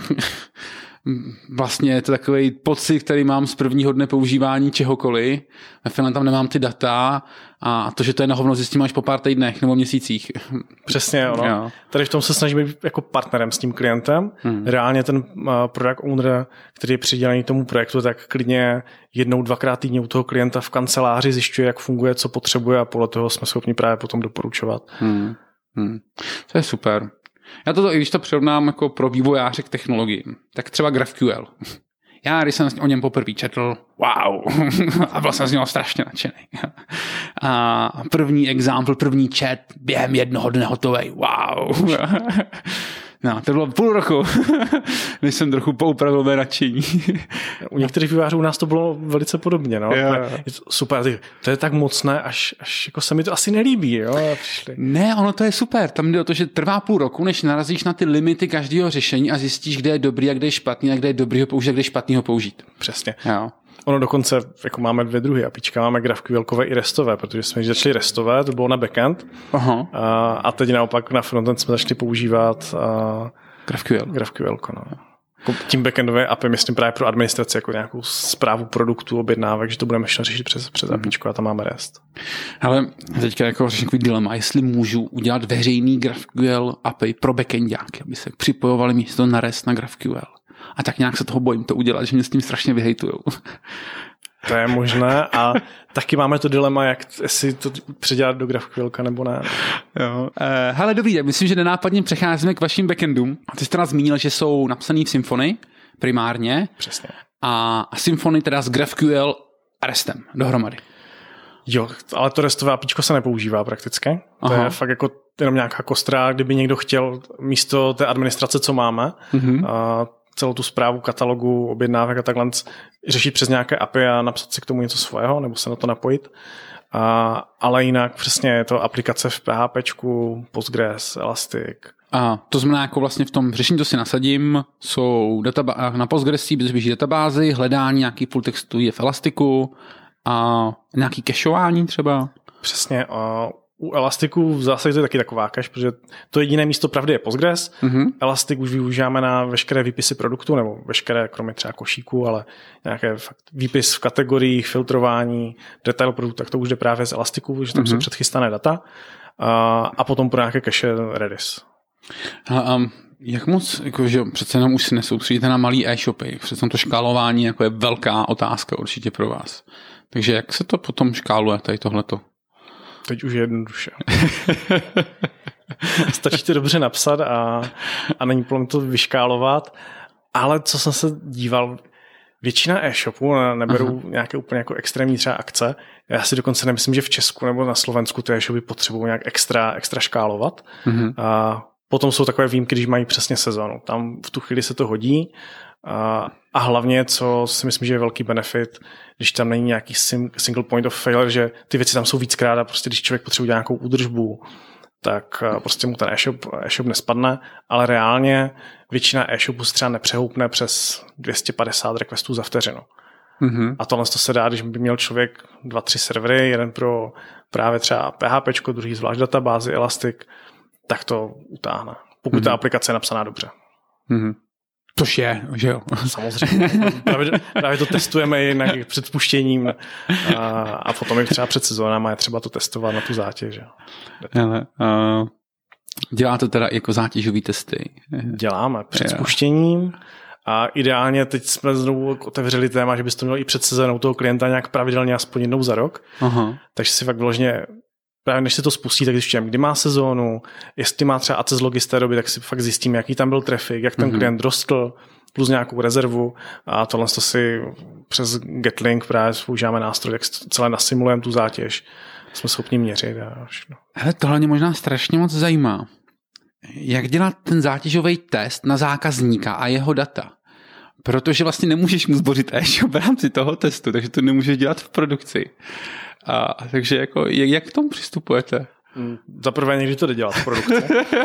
[SPEAKER 2] vlastně je to takový pocit, který mám z prvního dne používání čehokoliv. Ve finále tam nemám ty data a to, že to je na hovno, zjistím až po pár týdnech nebo měsících.
[SPEAKER 3] Přesně, ono. Jo. Tady v tom se snažíme být jako partnerem s tím klientem. Hmm. Reálně ten product owner, který je přidělený tomu projektu, tak klidně jednou, dvakrát týdně u toho klienta v kanceláři zjišťuje, jak funguje, co potřebuje a podle toho jsme schopni právě potom doporučovat. Hmm.
[SPEAKER 2] Hmm. To je super. Já to, když to přirovnám jako pro vývojáře k technologiím, tak třeba GraphQL. Já, když jsem o něm poprvé četl, wow, a byl jsem z něho strašně nadšený. A první example, první chat, během jednoho dne hotovej, wow. No, to bylo půl roku, než jsem trochu poupravil mé nadšení.
[SPEAKER 3] U některých vývojářů u nás to bylo velice podobně. No. Je to super, to je tak mocné, až, až jako se mi to asi nelíbí. Jo?
[SPEAKER 2] Ne, ono to je super. Tam jde o to, že trvá půl roku, než narazíš na ty limity každého řešení a zjistíš, kde je dobrý a kde je špatný a kde je dobrý ho použít a kde je špatný ho použít.
[SPEAKER 3] Přesně.
[SPEAKER 2] Jo.
[SPEAKER 3] Ono dokonce, jako máme dvě druhy APIčka, máme GraphQLkové i restové, protože jsme začali restové, to bylo na backend. Aha. A, a teď naopak na frontend jsme začali používat a,
[SPEAKER 2] GraphQL.
[SPEAKER 3] GraphQL, no. Tím backendové A P I myslím právě pro administraci, jako nějakou správu produktů, objednávek, že to budeme ještě řešit přes, přes mm. APIčko a tam máme REST.
[SPEAKER 2] Ale teďka jako řeším takový dilema, jestli můžu udělat veřejný GraphQL A P I pro backendáky, aby se připojovali místo na REST na GraphQL. A tak nějak se toho bojím to udělat, že mě s tím strašně vyhejtujou.
[SPEAKER 3] To je možné a taky máme to dilema, jak si to předělat do GraphQL nebo ne.
[SPEAKER 2] Jo. Uh, hele, dobrý, tak myslím, že nenápadně přecházíme k vašim backendům. Ty jste nás zmínil, že jsou napsaný v Symfony primárně.
[SPEAKER 3] Přesně.
[SPEAKER 2] A, a Symfony teda s GraphQL a RESTem dohromady.
[SPEAKER 3] Jo, ale to restové APIčko se nepoužívá prakticky. To Aha. je fakt jako jenom nějaká kostra, kdyby někdo chtěl místo té administrace, co máme, mm-hmm. a celou tu správu katalogu, objednávek a takhle řešit přes nějaké A P I a napsat si k tomu něco svého, nebo se na to napojit. A, ale jinak přesně je to aplikace v PHPčku, Postgres, Elastic.
[SPEAKER 2] A to znamená, jako vlastně v tom řešení to si nasadím, jsou databá- na Postgresi běží databázy, hledání nějaký full textu je v Elastiku a nějaký cacheování třeba.
[SPEAKER 3] Přesně. A u Elastiku v zásadě to je taky taková cache, protože to jediné místo pravdy je Postgres. Mm-hmm. Elastic už využíváme na veškeré výpisy produktu, nebo veškeré, kromě třeba košíků, ale nějaké fakt výpis v kategoriích, filtrování, detail produktu, tak to už jde právě z Elastiku, že tam mm-hmm. jsou předchystané data. A, a potom pro nějaké cache Redis.
[SPEAKER 2] A, um, jak moc, jakože přece jenom už si nesoustředíte na malý e-shopy, přece to škálování jako je velká otázka určitě pro vás. Takže jak se to potom škáluje, tady tohleto?
[SPEAKER 3] Teď už je jednoduše. Stačí to dobře napsat a, a není problém to vyškálovat, ale co jsem se díval, většina e-shopů neberou Aha. nějaké úplně jako extrémní třeba akce. Já si dokonce nemyslím, že v Česku nebo na Slovensku ty e-shopy potřebují nějak extra, extra škálovat. Uh-huh. A potom jsou takové výjimky, když mají přesně sezonu. Tam v tu chvíli se to hodí. A, a hlavně, co si myslím, že je velký benefit, když tam není nějaký single point of failure, že ty věci tam jsou víckrát a prostě když člověk potřebuje nějakou údržbu, tak prostě mu ten e-shop, e-shop nespadne, ale reálně většina e-shopů se třeba nepřehoupne přes dvě stě padesát requestů za vteřinu. Mm-hmm. A tohle to se dá, když by měl člověk dva, tři servery, jeden pro právě třeba PHPčko, druhý zvlášť databázi, Elastic, tak to utáhne, pokud mm-hmm. ta aplikace je napsaná dobře.
[SPEAKER 2] Mm-hmm. Tož je, že jo?
[SPEAKER 3] Samozřejmě. Právě, právě to testujeme jinak před spuštěním a, a potom i třeba před sezónama je třeba to testovat na tu zátěž.
[SPEAKER 2] Hele, uh, děláte teda jako zátěžový testy?
[SPEAKER 3] Děláme před yeah. spuštěním A ideálně teď jsme znovu otevřeli téma, že bys to měl i před sezónou toho klienta nějak pravidelně aspoň jednou za rok. Aha. Takže si fakt vyloženě, právě než si to spustí, tak zjistím, kdy má sezónu, jestli má třeba access logy z té doby, tak si fakt zjistím, jaký tam byl trafik, jak ten mm-hmm. klient rostl, plus nějakou rezervu a tohle to si přes Getlink právě používáme nástroj, jak celé nasimulujeme tu zátěž, jsme schopni měřit a všechno.
[SPEAKER 2] Hele, tohle mě možná strašně moc zajímá. Jak dělat ten zátěžový test na zákazníka a jeho data? Protože vlastně nemůžeš mu zbořit e-shop v rámci toho testu, takže to nemůžeš dělat v produkci. A, takže jako, jak, jak k tomu přistupujete?
[SPEAKER 3] Za prvé někdy to jde dělat v produkci.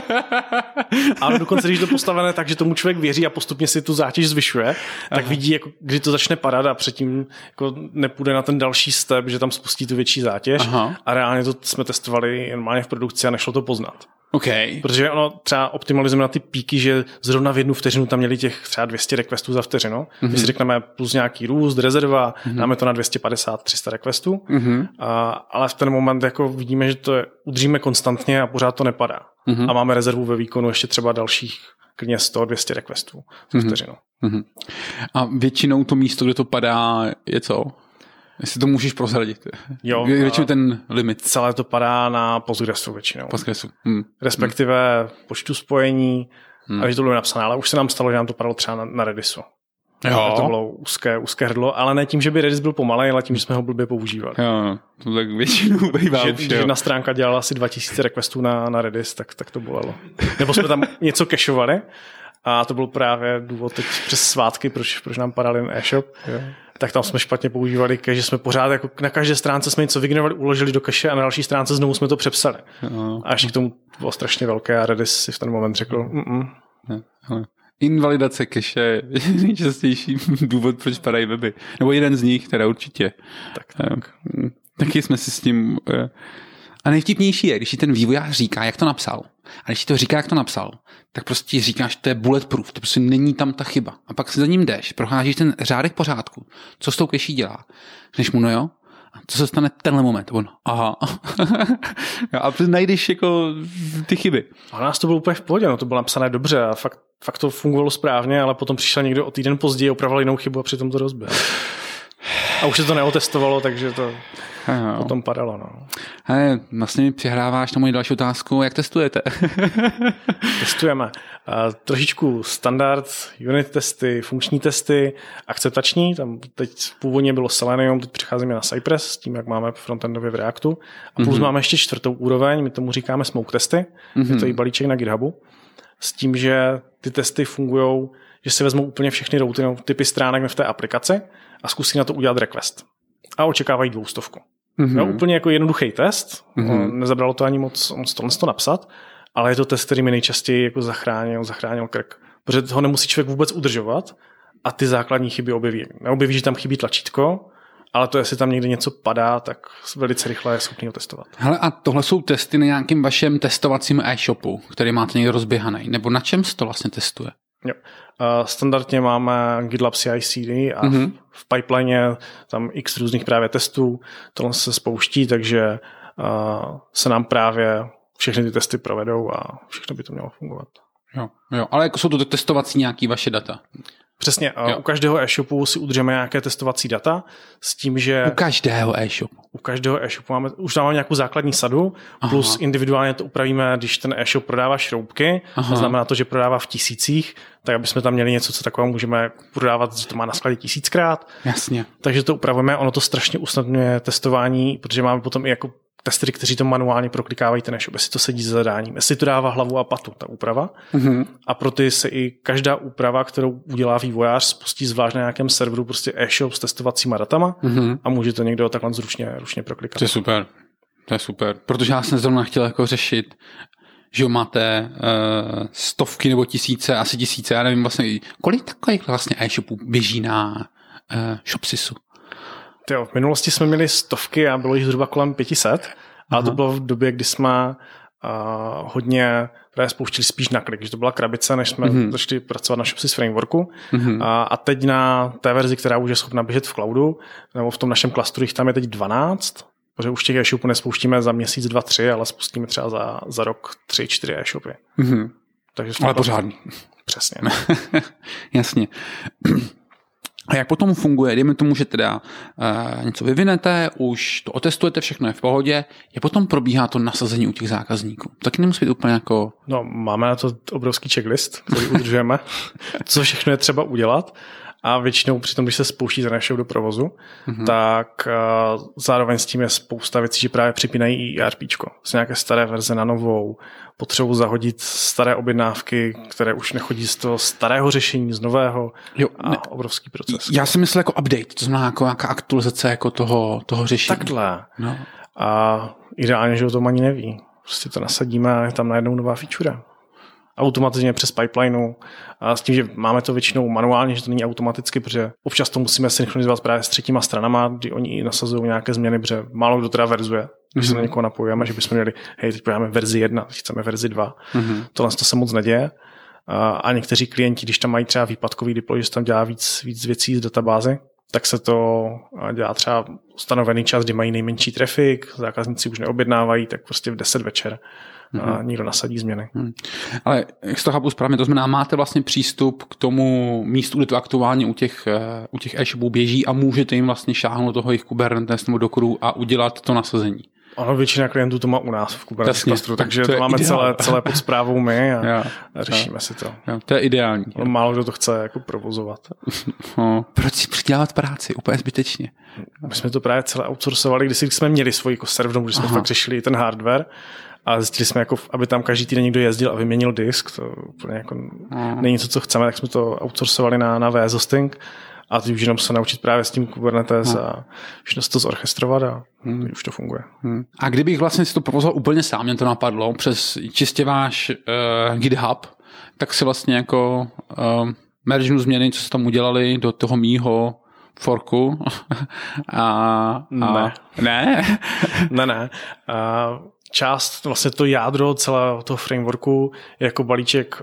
[SPEAKER 3] Ale dokonce, když to postavené tak, že tomu člověk věří a postupně si tu zátěž zvyšuje, tak Aha. vidí, jako, kdy to začne padat a předtím jako nepůjde na ten další step, že tam spustí tu větší zátěž. Aha. A reálně to jsme testovali normálně v produkci a nešlo to poznat.
[SPEAKER 2] Okay.
[SPEAKER 3] Protože ono třeba optimalizujeme na ty píky, že zrovna v jednu vteřinu tam měli těch třeba dvě stě requestů za vteřinu. Mm-hmm. Když si řekneme plus nějaký růst, rezerva, mm-hmm. dáme to na dvě stě padesát tři sta requestů, mm-hmm. a, ale v ten moment jako vidíme, že to je, udržíme konstantně a pořád to nepadá. Mm-hmm. A máme rezervu ve výkonu ještě třeba dalších klidně sto až dvě stě requestů za vteřinu.
[SPEAKER 2] Mm-hmm. A většinou to místo, kde to padá, je co? Jestli to můžeš prozradit.
[SPEAKER 3] Jo.
[SPEAKER 2] Většinou ten limit.
[SPEAKER 3] Celé to padá na Postgresu většinou.
[SPEAKER 2] Postgresu. Hmm.
[SPEAKER 3] Respektive hmm. počtu spojení, hmm. a že to bylo napsané, ale už se nám stalo, že nám to padalo třeba na, na Redisu. Jo. To bylo úzké, úzké hrdlo, ale ne tím, že by Redis byl pomalej, ale tím, že jsme ho blbě používali.
[SPEAKER 2] Jo, to tak většinou bývá
[SPEAKER 3] že,
[SPEAKER 2] už,
[SPEAKER 3] že jedna stránka dělala asi dva tisíce requestů na, na Redis, tak, tak to bolelo. Nebo jsme tam něco cacheovali a to byl právě důvod teď přes svátky, proč, proč nám padal jen e-shop. Jo. Tak tam jsme špatně používali cache, že jsme pořád jako na každé stránce jsme něco vygenerovali, uložili do cache a na další stránce znovu jsme to přepsali. No. A ještě k tomu bylo strašně velké a Redis si v ten moment řekl mm
[SPEAKER 2] no. Invalidace cache je nejčastější důvod, proč padají weby. Nebo jeden z nich, teda určitě.
[SPEAKER 3] Tak, tak.
[SPEAKER 2] Taky jsme si s tím... A nejvtipnější je, když ti ten vývojář říká, jak to napsal. A když ti to říká, jak to napsal, tak prostě říkáš, to je bulletproof, to prostě není tam ta chyba. A pak si za ním jdeš, procházíš ten řádek pořádku, co s tou cache dělá. Řekneš mu, no jo, a co se stane v tenhle moment? On, aha. A prostě najdeš jako ty chyby.
[SPEAKER 3] A nás to bylo úplně v pohodě, no to bylo napsané dobře a fakt, fakt to fungovalo správně, ale potom přišel někdo o týden později, opravil jinou chybu a přitom to rozbil. A už se to neotestovalo, takže to Aha, potom padalo. No.
[SPEAKER 2] Hele, vlastně mi přihráváš na moji další otázku. Jak testujete?
[SPEAKER 3] Testujeme. Uh, trošičku standard, unit testy, funkční testy, akceptační. Tam teď původně bylo Selenium, teď přicházíme na Cypress s tím, jak máme frontendově v Reactu. A plus mm-hmm. máme ještě čtvrtou úroveň, my tomu říkáme smoke testy. Mm-hmm. Je to i balíček na GitHubu. S tím, že ty testy fungují, že si vezmou úplně všechny routy, no, typy stránek v té aplikaci a zkusí na to udělat request. A očekávají dvoustovku. Mm-hmm. No, úplně jako jednoduchý test, mm-hmm. nezabralo to ani moc, moc tohle to napsat, ale je to test, který mi nejčastěji jako zachránil, zachránil krk. Protože ho nemusí člověk vůbec udržovat a ty základní chyby objeví. Neobjeví, že tam chybí tlačítko, ale to, jestli tam někde něco padá, tak velice rychle je schopný ho testovat.
[SPEAKER 2] Hele, a tohle jsou testy na nějakým vašem testovacím e-shopu, který máte někde rozběhaný, nebo na čem se to vlastně testuje?
[SPEAKER 3] Jo. Uh, standardně máme GitLab C I C D a mm-hmm. v, v pipeline tam x různých právě testů, tohle se spouští, takže uh, se nám právě všechny ty testy provedou a všechno by to mělo fungovat.
[SPEAKER 2] Jo, jo, ale jako jsou to testovací nějaký vaše data?
[SPEAKER 3] Přesně, uh, u každého e-shopu si udržeme nějaké testovací data s tím, že...
[SPEAKER 2] U každého e-shopu?
[SPEAKER 3] U každého e-shopu máme, už máme nějakou základní sadu, Aha. plus individuálně to upravíme, když ten e-shop prodává šroubky, Aha. to znamená to, že prodává v tisících, tak aby jsme tam měli něco, co takového můžeme prodávat, že to má na skladě tisíckrát.
[SPEAKER 2] Jasně.
[SPEAKER 3] Takže to upravujeme, ono to strašně usnadňuje testování, protože máme potom i jako testery, kteří to manuálně proklikávají ten e-shop, jestli to sedí za zadáním, jestli to dává hlavu a patu, ta úprava. Mm-hmm. A pro ty se i každá úprava, kterou udělá vývojář, spustí zvlášť na nějakém serveru prostě e-shop s testovacíma datama mm-hmm. a může to někdo takhle zručně, ručně proklikat.
[SPEAKER 2] To je super, to je super, protože já jsem zrovna chtěl jako řešit, že máte uh, stovky nebo tisíce, asi tisíce, já nevím vlastně, kolik takových vlastně e-shopů běží na uh, ShopSysu?
[SPEAKER 3] Jo, v minulosti jsme měli stovky a bylo jich zhruba kolem pět set, ale to bylo v době, kdy jsme uh, hodně právě spouštili spíš na klik, že to byla krabice, než jsme mm-hmm. začali pracovat na ShopSys frameworku. Mm-hmm. A, a teď na té verzi, která už je schopna běžet v cloudu, nebo v tom našem klastru, jich tam je teď dvanáct, protože už těch e-shopů nespouštíme za měsíc, dva, tři, ale spustíme třeba za, za rok tři, čtyři e-shopy.
[SPEAKER 2] Mm-hmm. Takže ale pořádný.
[SPEAKER 3] Přesně.
[SPEAKER 2] Jasně. A jak potom funguje? Dejme tomu, že teda uh, něco vyvinete, už to otestujete, všechno je v pohodě, jak potom probíhá to nasazení u těch zákazníků? Taky nemusí být úplně jako...
[SPEAKER 3] No, máme na to obrovský checklist, který udržujeme, co všechno je třeba udělat. A většinou při tom, když se spouští ten e-shop do provozu, mm-hmm. tak uh, zároveň s tím je spousta věcí, že právě připínají i ERPčko. Z nějaké staré verze na novou, potřebuji zahodit staré objednávky, které už nechodí z toho starého řešení, z nového. Jo, a ne, obrovský proces.
[SPEAKER 2] Já si myslel jako update, to znamená jako nějaká aktualizace jako toho, toho řešení.
[SPEAKER 3] Takhle. No. A ideálně, že o tom ani neví. Prostě to nasadíme a je tam najednou nová feature. Automatizně přes pipelineu a s tím, že máme to většinou manuálně, že to není automaticky, protože občas to musíme synchronizovat právě s třetíma stranama, kdy oni nasazují nějaké změny, protože málo kdo teda verzuje, když mm-hmm. se na někoho napojujeme, že bychom měli, hej, teď pojáme verzi jedna, teď chceme verzi dva. Mm-hmm. Tohle to se moc neděje. A, a někteří klienti, když tam mají třeba výpadkový deploy, že tam dělá víc, víc věcí z databázy, tak se to dělá třeba stanovený čas, kdy mají nejmenší trafik, zákazníci už neobjednávají, tak prostě v deset večer a někdo nasadí změny. Hmm.
[SPEAKER 2] Ale jak to chápu správně, to znamená, máte vlastně přístup k tomu místu, kde to aktuálně u těch, u těch e-shopů běží a můžete jim vlastně šáhnout toho jejich Kubernetes nebo Dockeru a udělat to nasazení.
[SPEAKER 3] Ano, většina klientů to má u nás v Kubernetes klastru, takže to, to máme celé, celé pod správou my a, já, a řešíme já, si to.
[SPEAKER 2] Já, to je ideální.
[SPEAKER 3] No, málo kdo to chce jako provozovat.
[SPEAKER 2] No, proč si přidělat práci? Úplně zbytečně.
[SPEAKER 3] My jsme to právě celé outsourcovali, když jsme měli svoji jako server, když jsme Aha. fakt řešili ten hardware. A zjistili jsme, jako, aby tam každý týden někdo jezdil a vyměnil disk, to úplně jako mm. není něco, co chceme, tak jsme to outsourcovali na, na V S hosting a teď už jenom se naučit právě s tím Kubernetes mm. a všechno se to zorchestrovat a mm. už to funguje.
[SPEAKER 2] Mm. A kdybych vlastně si to provozoval úplně sám, mě to napadlo, přes čistě váš uh, GitHub, tak si vlastně jako uh, mergenu změny, co se tam udělali do toho mýho forku a, a...
[SPEAKER 3] Ne.
[SPEAKER 2] Ne?
[SPEAKER 3] ne, ne. A... Část, vlastně to jádro celého toho frameworku je jako balíček,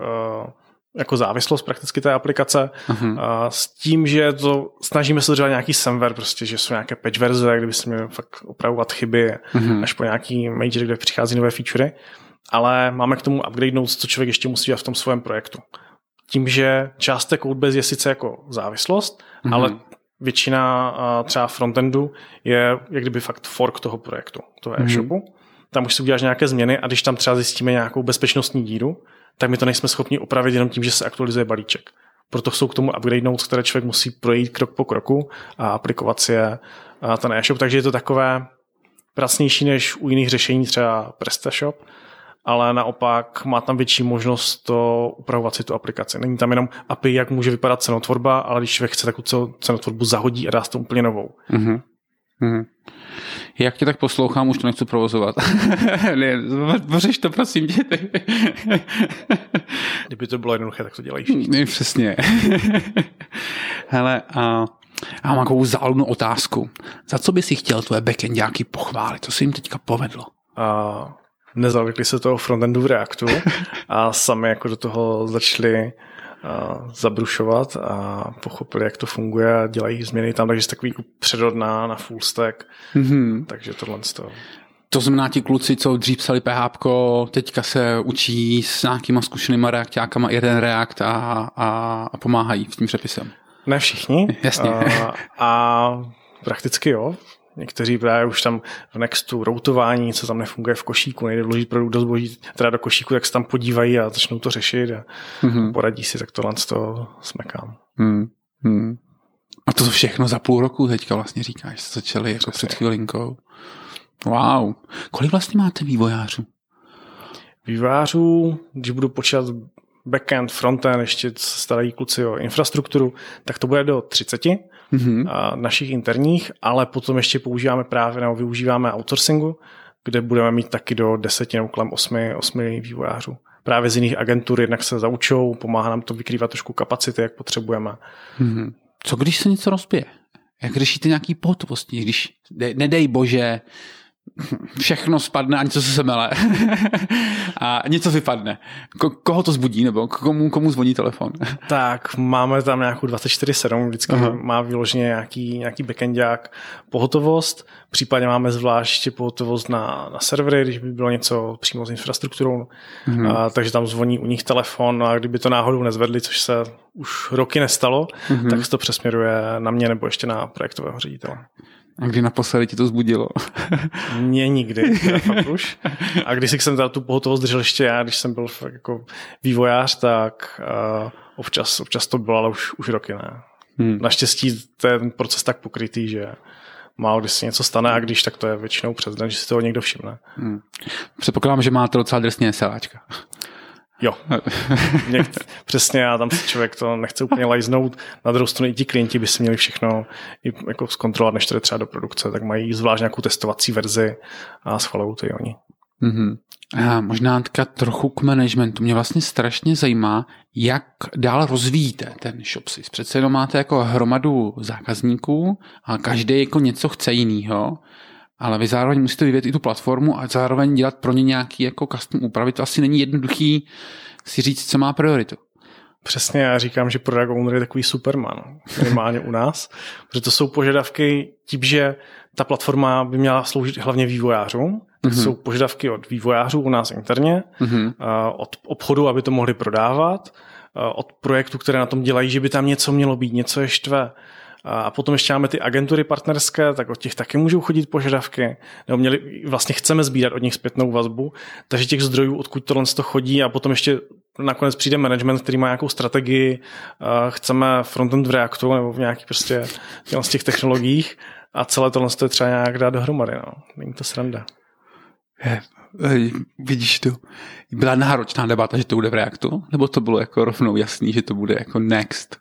[SPEAKER 3] jako závislost prakticky té aplikace. Uh-huh. S tím, že to snažíme se držet nějaký semver, prostě, že jsou nějaké patch verze, kdyby se měli fakt opravovat chyby, uh-huh. až po nějaký major, kde přichází nové featurey. Ale máme k tomu upgrade notes, co člověk ještě musí dělat v tom svém projektu. Tím, že část té codebase je sice jako závislost, uh-huh. ale většina třeba frontendu je jak kdyby fakt fork toho projektu, toho uh-huh. e-shopu. Tam už si uděláš nějaké změny a když tam třeba zjistíme nějakou bezpečnostní díru, tak my to nejsme schopni opravit jenom tím, že se aktualizuje balíček. Proto jsou k tomu upgrade notes, které člověk musí projít krok po kroku a aplikovat si je a ten e-shop. Takže je to takové pracnější než u jiných řešení, třeba PrestaShop, ale naopak má tam větší možnost to upravovat si tu aplikaci. Není tam jenom A P I, jak může vypadat cenotvorba, ale když člověk chce takovou cenotvorbu zahodí a dá to úplně novou.
[SPEAKER 2] Mm-hmm. Mm-hmm. Jak tě tak poslouchám, už to nechci provozovat. Bořeš to, prosím tě.
[SPEAKER 3] Kdyby to bylo jednoduché, tak to dělají všichni.
[SPEAKER 2] Ne, přesně. Hele, a já mám takovou záludnou otázku. Za co by si chtěl tvoje backendáky pochválit? Co se jim teďka povedlo?
[SPEAKER 3] A nezavykli se toho frontendu v Reactu a sami jako do toho začali zabrušovat a pochopili, jak to funguje a dělají změny tam, takže je takový předod na, na full stack. Mm-hmm. Takže tohle z toho.
[SPEAKER 2] To znamená, ti kluci, co dřív psali PHPko, teďka se učí s nějakýma zkušenýma reaktákama jeden React a, a, a pomáhají s tím přepisem.
[SPEAKER 3] Ne všichni.
[SPEAKER 2] Jasně.
[SPEAKER 3] A, a prakticky jo. Někteří právě už tam v Nextu routování, co tam nefunguje v košíku, nejde vložit produkt do zboží, teda do košíku, tak se tam podívají a začnou to řešit a mm-hmm. poradí si, tak tohle z toho smekám.
[SPEAKER 2] Mm-hmm. A to všechno za půl roku teďka vlastně říkáš, co začali jako před chvilinkou. Wow. Kolik vlastně máte vývojářů?
[SPEAKER 3] Vývojářů, když budu počítat backend, frontend, ještě se starají kluci o infrastrukturu, tak to bude do třiceti mm-hmm. našich interních, ale potom ještě používáme právě, nebo využíváme outsourcingu, kde budeme mít taky do deseti nebo kolem osmi, osmi vývojářů. Právě z jiných agentur jednak se zaučou, pomáhá nám to vykrývat trošku kapacity, jak potřebujeme.
[SPEAKER 2] Mm-hmm. Co když se něco rozbije? Jak řešíte nějaký pohotovosti? Když, nedej bože, všechno spadne a něco se semele. A něco vypadne. Ko- koho to zbudí, nebo komu, komu zvoní telefon?
[SPEAKER 3] Tak, máme tam nějakou dvacet čtyři sedm, vždycky uh-huh. má vyloženě nějaký, nějaký backendák pohotovost, případně máme zvláště pohotovost na, na servery, když by bylo něco přímo s infrastrukturou, uh-huh. a, takže tam zvoní u nich telefon a kdyby to náhodou nezvedli, což se už roky nestalo, uh-huh. tak se to přesměruje na mě nebo ještě na projektového ředitele.
[SPEAKER 2] A kdy naposledy ti to zbudilo?
[SPEAKER 3] Mě nikdy, fakt už. A když jsem teda tu pohotovost držel ještě já, když jsem byl fakt jako vývojář, tak uh, občas, občas to bylo, ale už, už roky ne. Hmm. Naštěstí ten proces tak pokrytý, že málo kdy se něco stane a když, tak to je většinou přes den, že si toho někdo všimne. Hmm.
[SPEAKER 2] Předpokládám, že máte docela drsně SLAčka.
[SPEAKER 3] Jo, Někde, přesně a tam si člověk to nechce úplně lajznout. Na druhou stranu i ti klienti by si měli všechno jako zkontrolovat, než to jde třeba do produkce, tak mají zvlášť nějakou testovací verzi a schvalují to i oni.
[SPEAKER 2] Mm-hmm. A možná teďka trochu k managementu. Mě vlastně strašně zajímá, jak dál rozvíjíte ten ShopSys. Přece jenom máte jako hromadu zákazníků a každý jako něco chce jinýho. Ale vy zároveň musíte vyvíjet i tu platformu a zároveň dělat pro ně nějaký jako custom úpravy. To asi není jednoduchý si říct, co má prioritu.
[SPEAKER 3] Přesně, já říkám, že product owner je takový superman, minimálně u nás, protože to jsou požadavky tím, že ta platforma by měla sloužit hlavně vývojářům. To mm-hmm. jsou požadavky od vývojářů u nás interně, mm-hmm. od obchodu, aby to mohli prodávat, od projektů, které na tom dělají, že by tam něco mělo být, něco je štve. A potom ještě máme ty agentury partnerské, tak od těch taky můžou chodit požadavky. Nebo měli, vlastně chceme sbírat od nich zpětnou vazbu, takže těch zdrojů, odkud tohle to chodí a potom ještě nakonec přijde management, který má nějakou strategii, chceme frontend v Reactu nebo v nějakých prostě z těch technologiích a celé tohle je třeba nějak dát dohromady. No. Není to sranda.
[SPEAKER 2] Je, vidíš to, byla náročná debata, že to bude v Reactu? Nebo to bylo jako rovnou jasný, že to bude jako Next?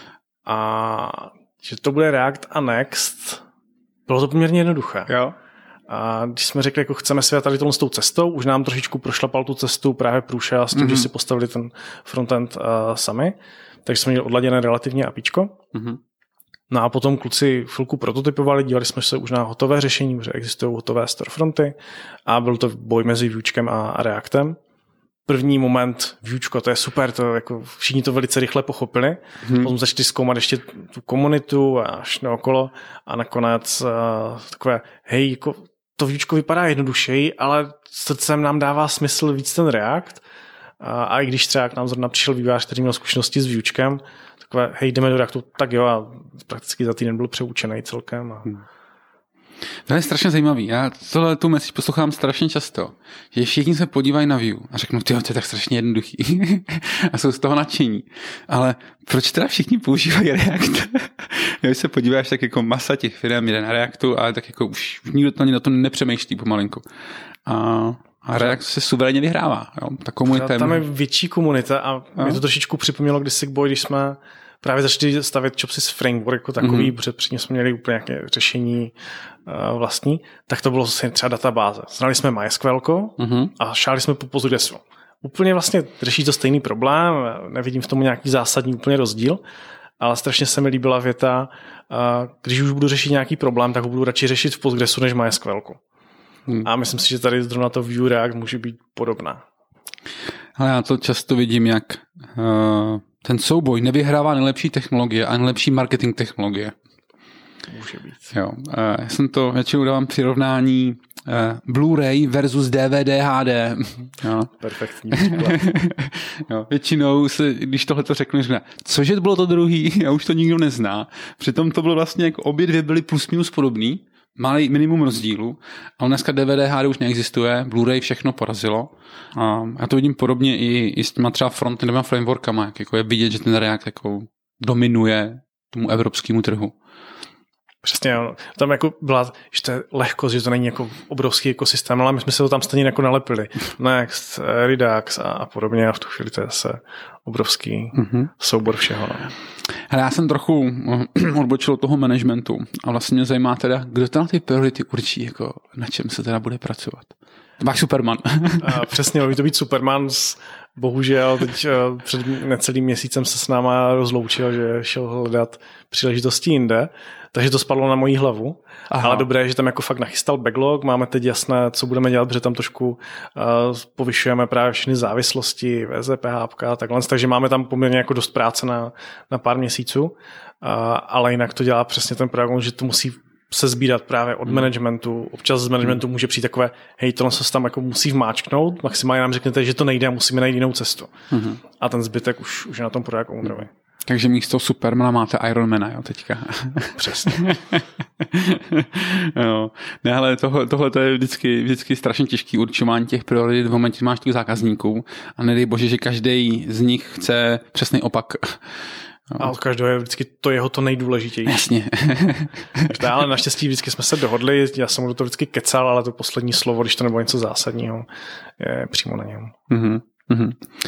[SPEAKER 3] A že to bude React a Next, bylo to poměrně jednoduché.
[SPEAKER 2] Jo.
[SPEAKER 3] A když jsme řekli, jako chceme svět tady s tou cestou, už nám trošičku prošlapal tu cestu právě Průša s tím, mm-hmm. že si postavili ten frontend uh, sami, takže jsme měli odladěné relativně APIčko. Mm-hmm. No a potom kluci chvilku prototypovali, dívali jsme se už na hotové řešení, protože existují hotové storefronty a byl to boj mezi Vuečkem a, a Reactem. První moment Vuečko, to je super, to jako všichni to velice rychle pochopili. Hmm. Potom začali zkoumat ještě tu komunitu a až naokolo a nakonec uh, takové, hej, jako to Vuečko vypadá jednodušeji, ale srdcem nám dává smysl víc ten React. A, a i když třeba k nám zrovna přišel vývojář, který měl zkušenosti s Vuečkem, takové, hej, jdeme do Reactu, tak jo, a prakticky za týden byl přeučený celkem. A... Hmm.
[SPEAKER 2] To je strašně zajímavý. Já tohle tu message poslouchám strašně často. Že všichni se podívají na Vue a řeknou, tyjo, to je tak strašně jednoduchý. A jsou z toho nadšení. Ale proč teda všichni používají React? Když se podíváš, tak jako masa těch firm jde na Reactu, ale tak jako už nikdo na to nepřemýšlí pomalinku. A A React se suverénně vyhrává. Jo? Ta komunita
[SPEAKER 3] tam je větší komunita a mě to trošičku připomnělo kdysi boj, když jsme právě začali stavět ShopSys framework jako takový, mm-hmm. protože předtím jsme měli úplně nějaké řešení uh, vlastní, tak to bylo třeba databáze. Znali jsme MySQL mm-hmm. a šáli jsme po Postgresu. Úplně vlastně řeší to stejný problém, nevidím v tom nějaký zásadní úplně rozdíl, ale strašně se mi líbila věta, uh, když už budu řešit nějaký problém, tak ho budu radši řešit v Postgresu než MySQL. Hmm. A myslím si, že tady zrovna to Vue React může být podobná.
[SPEAKER 2] Ale já to často vidím, jak uh, ten souboj nevyhrává nejlepší technologie a nejlepší marketing technologie.
[SPEAKER 3] Může být.
[SPEAKER 2] Jo, uh, já jsem to většinou dávám přirovnání uh, Blu-ray versus D V D H D. Jo.
[SPEAKER 3] Perfektní.
[SPEAKER 2] Jo, většinou, se, když tohle to řeknu, řekne, cože to bylo to druhý, a už to nikdo nezná. Přitom to bylo vlastně, jako obě dvě byly plus minus podobný, malý minimum rozdílu, ale dneska D V D H D už neexistuje, Blu-ray všechno porazilo. A já to vidím podobně i, i s těma třeba frontendovými frameworkama, jak jako je vidět, že ten React jako dominuje tomu evropskému trhu.
[SPEAKER 3] Přesně, tam jako byla, že to je lehkost, že to není jako obrovský ekosystém, ale my jsme se to tam stejně jako nalepili. Next, Redux a, a podobně a v tu chvíli to je zase obrovský mm-hmm. soubor všeho. No.
[SPEAKER 2] Hele, já jsem trochu odbočil od toho managementu a vlastně mě zajímá teda, kdo to na ty priority určí, jako na čem se teda bude pracovat. Máš Superman.
[SPEAKER 3] A přesně, může to být Superman. Bohužel teď před necelým měsícem se s náma rozloučil, že šel hledat příležitosti jinde. takže to spadlo na moji hlavu. Aha. Ale dobré, že tam jako fakt nachystal backlog, máme teď jasné, co budeme dělat, protože tam trošku uh, povyšujeme právě všechny závislosti, V Z P, H P a takhle, takže máme tam poměrně jako dost práce na, na pár měsíců, uh, ale jinak to dělá přesně ten program, že to musí se sbírat právě od hmm. managementu. Občas z managementu může přijít takové, hej, tohle se tam jako musí vmáčknout, maximálně nám řeknete, že to nejde a musíme najít jinou cestu. Hmm. A ten zbytek už, už je na tom product ownerovi.
[SPEAKER 2] Takže místo Supermana máte Ironmana, jo, teďka.
[SPEAKER 3] Přesně.
[SPEAKER 2] Jo. Ne, ale tohle, tohle to je vždycky, vždycky strašně těžký určování těch priorit v momentě, kdy máš těch zákazníků a nedej bože, že každý z nich chce přesný opak.
[SPEAKER 3] No. A od každého je vždycky to jeho to nejdůležitější.
[SPEAKER 2] Jasně.
[SPEAKER 3] Ale naštěstí vždycky jsme se dohodli, já jsem mu do toho vždycky kecal, ale to poslední slovo, když to nebylo něco zásadního, je přímo na něm.
[SPEAKER 2] Mm-hmm. Mm-hmm.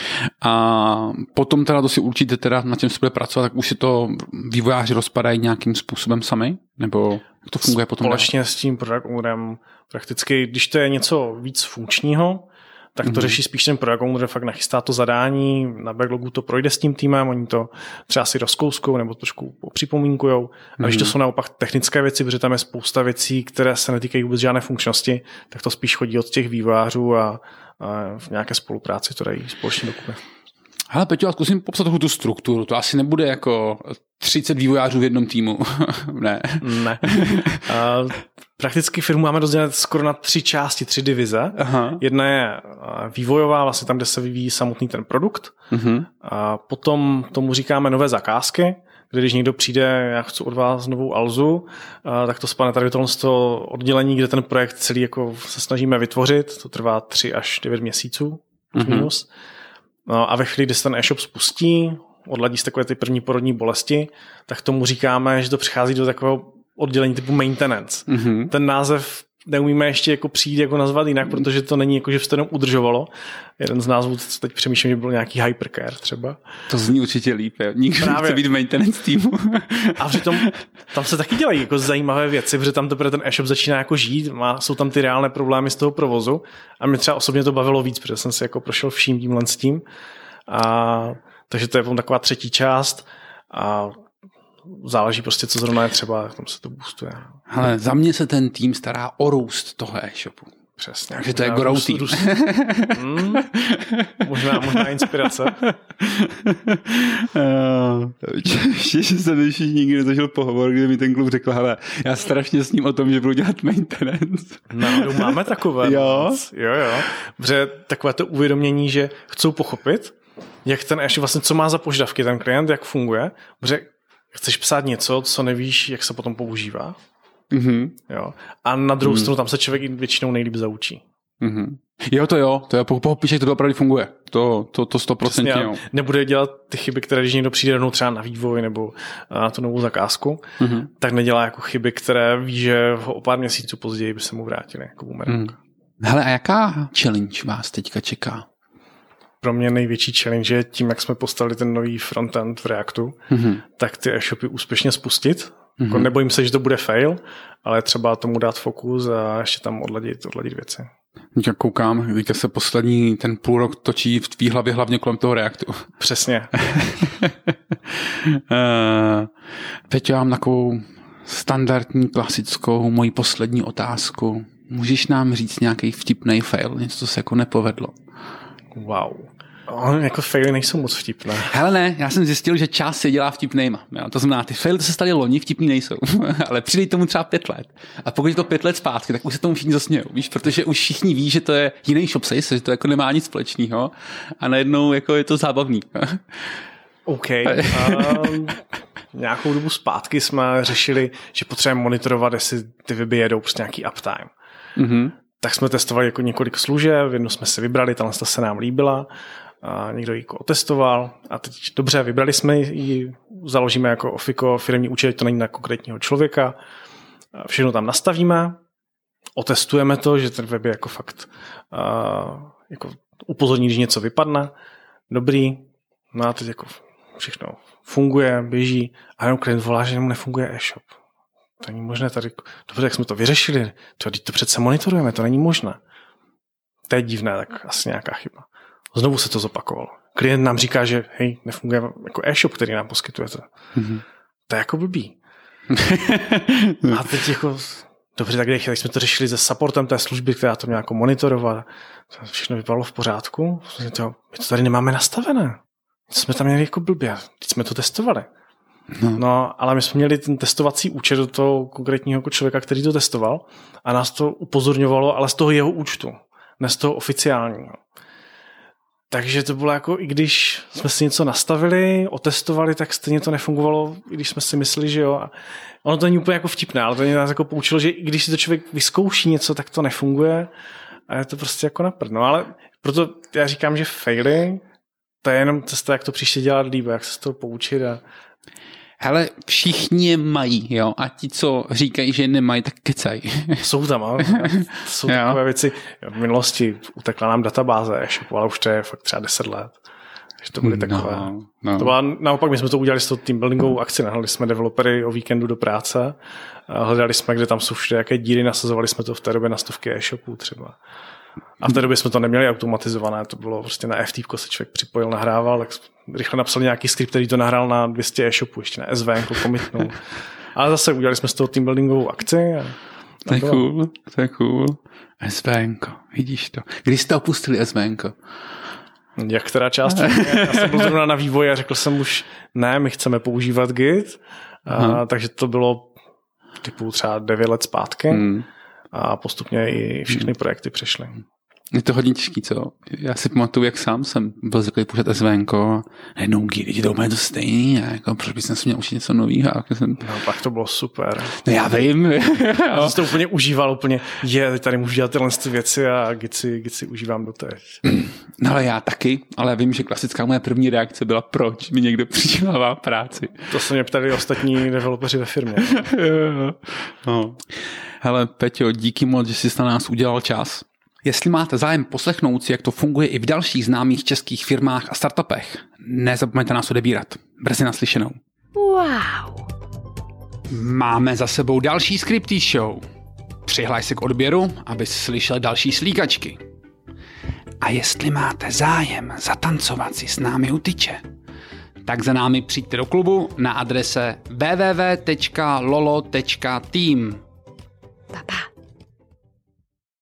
[SPEAKER 2] A potom teda to si určitě teda na čem se bude pracovat, tak už si to vývojáři rozpadají nějakým způsobem sami? Nebo jak to funguje potom?
[SPEAKER 3] Společně s tím product ownerem prakticky, když to je něco víc funkčního, tak to mm-hmm. řeší spíš ten product owner, fakt nachystá to zadání, na backlogu to projde s tím týmem, oni to třeba si rozkouskou nebo trošku připomínkujou. A když mm-hmm. to jsou naopak technické věci, protože tam je spousta věcí, které se netýkají vůbec žádné funkčnosti, tak to spíš chodí od těch vývojářů a, a v nějaké spolupráci to dají společně dokupy.
[SPEAKER 2] Hele, Peťo, já zkusím popsat tu strukturu. To asi nebude jako třicet vývojářů v jednom týmu. Ne.
[SPEAKER 3] Ne. Uh, prakticky firmu máme rozdělené skoro na tři části, tři divize. Aha. Jedna je vývojová, vlastně tam, kde se vyvíjí samotný ten produkt. Uh-huh. A potom tomu říkáme nové zakázky, kde když někdo přijde, já chci od vás novou Alzu, tak to spadne tady do toho oddělení, kde ten projekt celý jako se snažíme vytvořit. To trvá tři až devět měsíců. Uh-huh. Minus. No a ve chvíli, kdy se ten e-shop spustí, odladí z takové ty první porodní bolesti, tak tomu říkáme, že to přichází do takového oddělení typu maintenance. Mm-hmm. Ten název neumíme ještě jako přijít jako nazvat jinak, protože to není jako, že se to jenom udržovalo. Jeden z názvů, co teď přemýšlím, že byl nějaký hypercare třeba.
[SPEAKER 2] To zní určitě líp. Nikdo nechce být v maintenance týmu.
[SPEAKER 3] A přitom tam se taky dělají jako zajímavé věci, protože tam teprve ten e-shop začíná jako žít, má, jsou tam ty reálné problémy z toho provozu a mě třeba osobně to bavilo víc, protože jsem si jako prošel vším tímhle s tím. A, takže to je potom taková třetí část a záleží prostě, co zrovna je třeba, tam se to boostuje.
[SPEAKER 2] Ale za mě se ten tým stará o růst toho e-shopu.
[SPEAKER 3] Přesně.
[SPEAKER 2] Takže to je grow team.
[SPEAKER 3] hmm, možná, možná inspirace.
[SPEAKER 2] Ještě jsem ještě nikdy nezažil pohovor, kde mi ten klub řekl, hele, já strašně s ním o tom, že budu dělat maintenance.
[SPEAKER 3] No, máme takové.
[SPEAKER 2] Jo?
[SPEAKER 3] Jo, jo. Protože takové to uvědomění, že chcou pochopit, jak ten e-shop vlastně, co má za požadavky ten klient, jak funguje. Protože chceš psát něco, co nevíš, jak se potom používá. Mm-hmm. Jo. A na druhou mm. stranu tam se člověk většinou nejlíp zaučí.
[SPEAKER 2] Mm-hmm. Jo, to jo, to je pochopíš, jak to opravdu funguje. To, to, to sto procent jo.
[SPEAKER 3] Nebude dělat ty chyby, které když někdo přijde rovnou třeba na vývoj nebo na tu novou zakázku, mm-hmm. tak nedělá jako chyby, které ví, že o pár měsíců později by se mu vrátily jako bumerang. Mm.
[SPEAKER 2] Hele, a jaká challenge vás teďka čeká?
[SPEAKER 3] Pro mě největší challenge je tím, jak jsme postavili ten nový frontend v Reactu, mm-hmm. tak ty e-shopy úspěšně spustit. Mm-hmm. Jako nebojím se, že to bude fail, ale třeba tomu dát fokus a ještě tam odladit, odladit věci.
[SPEAKER 2] Jak koukám, teďka se poslední ten půl rok točí v tvý hlavě hlavně kolem toho Reactu.
[SPEAKER 3] Přesně.
[SPEAKER 2] Teď mám takovou standardní, klasickou, moji poslední otázku. Můžeš nám říct nějaký vtipný fail, něco, co se jako nepovedlo?
[SPEAKER 3] Wow. Oh, jako faily nejsou moc vtipné.
[SPEAKER 2] Hele ne, já jsem zjistil, že část se dělá vtipnejma. Jo, to znamená, ty faily, to se staly loni, vtipný nejsou. Ale přidej tomu třeba pět let. A pokud je to pět let zpátky, tak už se tomu všichni zasmějou. Víš, protože už všichni ví, že to je jiný shopspace, že to jako nemá nic společného. A najednou jako je to zábavný.
[SPEAKER 3] OK. Um, nějakou dobu zpátky jsme řešili, že potřebujeme monitorovat, jestli ty weby jedou prostě nějaký uptime. Mhm. Tak jsme testovali jako několik služeb, jednu jsme si vybrali, tahle se nám líbila, a někdo ji jako otestoval a teď dobře, vybrali jsme ji, založíme jako Ofiko firemní účet, to není na konkrétního člověka, všechno tam nastavíme, otestujeme to, že ten web je jako fakt uh, jako upozorní, když něco vypadne, dobrý, no a teď jako všechno funguje, běží a jenom klient volá, že mu nefunguje e-shop. To není možné tady, dobře, jak jsme to vyřešili, to, to přece monitorujeme, to není možné. To je divné, tak asi nějaká chyba. Znovu se to zopakovalo. Klient nám říká, že hej, nefunguje jako e-shop, který nám poskytujete. Mm-hmm. To je jako blbý. A teď jako, dobře, tak, tak jsme to řešili se supportem té služby, která to měla jako monitorovat. Všechno vypadalo v pořádku. My to, my to tady nemáme nastavené. Jsme tam měli jako blbě. Teď jsme to testovali. No. no, ale my jsme měli ten testovací účet do toho konkrétního jako člověka, který to testoval a nás to upozorňovalo, ale z toho jeho účtu, ne z toho oficiálního. Takže to bylo jako, i když jsme si něco nastavili, otestovali, tak stejně to nefungovalo, i když jsme si mysleli, že jo. A ono to není úplně jako vtipné, ale to mě nás jako poučilo, že i když si to člověk vyzkouší něco, tak to nefunguje a je to prostě jako naprt. No, ale proto já říkám, že faily, to je jenom cesta, jak to příště dělat líp, jak se z toho poučit a
[SPEAKER 2] hele, všichni je mají, jo, a ti, co říkají, že nemají, tak kecají.
[SPEAKER 3] Jsou tam, ale jsou takové věci. V minulosti utekla nám databáze e-shopu, ale už to je fakt třeba deset let. Takže to byly takové. No, no. To byla, naopak my jsme to udělali s tou team buildingovou akci, nahledali jsme developery o víkendu do práce, hledali jsme, kde tam jsou všude jaké díry, nasazovali jsme to v té době na stovky e-shopů třeba. A v té době jsme to neměli automatizované, to bylo prostě na F T P, se člověk připojil, nahrával, tak rychle napsal nějaký skript, který to nahrál na dvě stě e-shopů, ještě na S V N, commitnul. Ale zase udělali jsme z toho team buildingovou akci. A
[SPEAKER 2] to je cool, to je cool. S V N, vidíš to. Kdy jste opustili S V N?
[SPEAKER 3] Jak která část? Já jsem byl zrovna na vývoji a řekl jsem už, ne, my chceme používat Git, a, takže to bylo typu třeba devět let zpátky. Hmm. A postupně i všechny projekty přešly.
[SPEAKER 2] Je to hodně těžký, co? Já si pamatuju, jak sám jsem byl zvyklý používat S V N ko a najednou Git, to úplně to stejný a jako, proč bych se měl učit něco nového? Jsem...
[SPEAKER 3] No pak to bylo super.
[SPEAKER 2] No já vím.
[SPEAKER 3] Já jsem to úplně užíval, úplně je, tady můžu dělat tyhle věci a Git si, Git si užívám doteď.
[SPEAKER 2] No ale já taky, ale vím, že klasická moje první reakce byla, proč mi někdo přidělává práci.
[SPEAKER 3] To se mě ptali ostatní developeři ve firmě.
[SPEAKER 2] No. Hele, Peťo, díky moc, že jsi na nás udělal čas. Jestli máte zájem poslechnout si, jak to funguje i v dalších známých českých firmách a startupech, nezapomeňte nás odebírat. Brzy naslyšenou.
[SPEAKER 1] Wow.
[SPEAKER 2] Máme za sebou další Scripty Show. Přihlaj se k odběru, abys slyšel další slíkačky. A jestli máte zájem zatancovat si s námi u tyče, tak za námi přijďte do klubu na adrese w w w tečka lolo tečka team.
[SPEAKER 1] Pa, pa.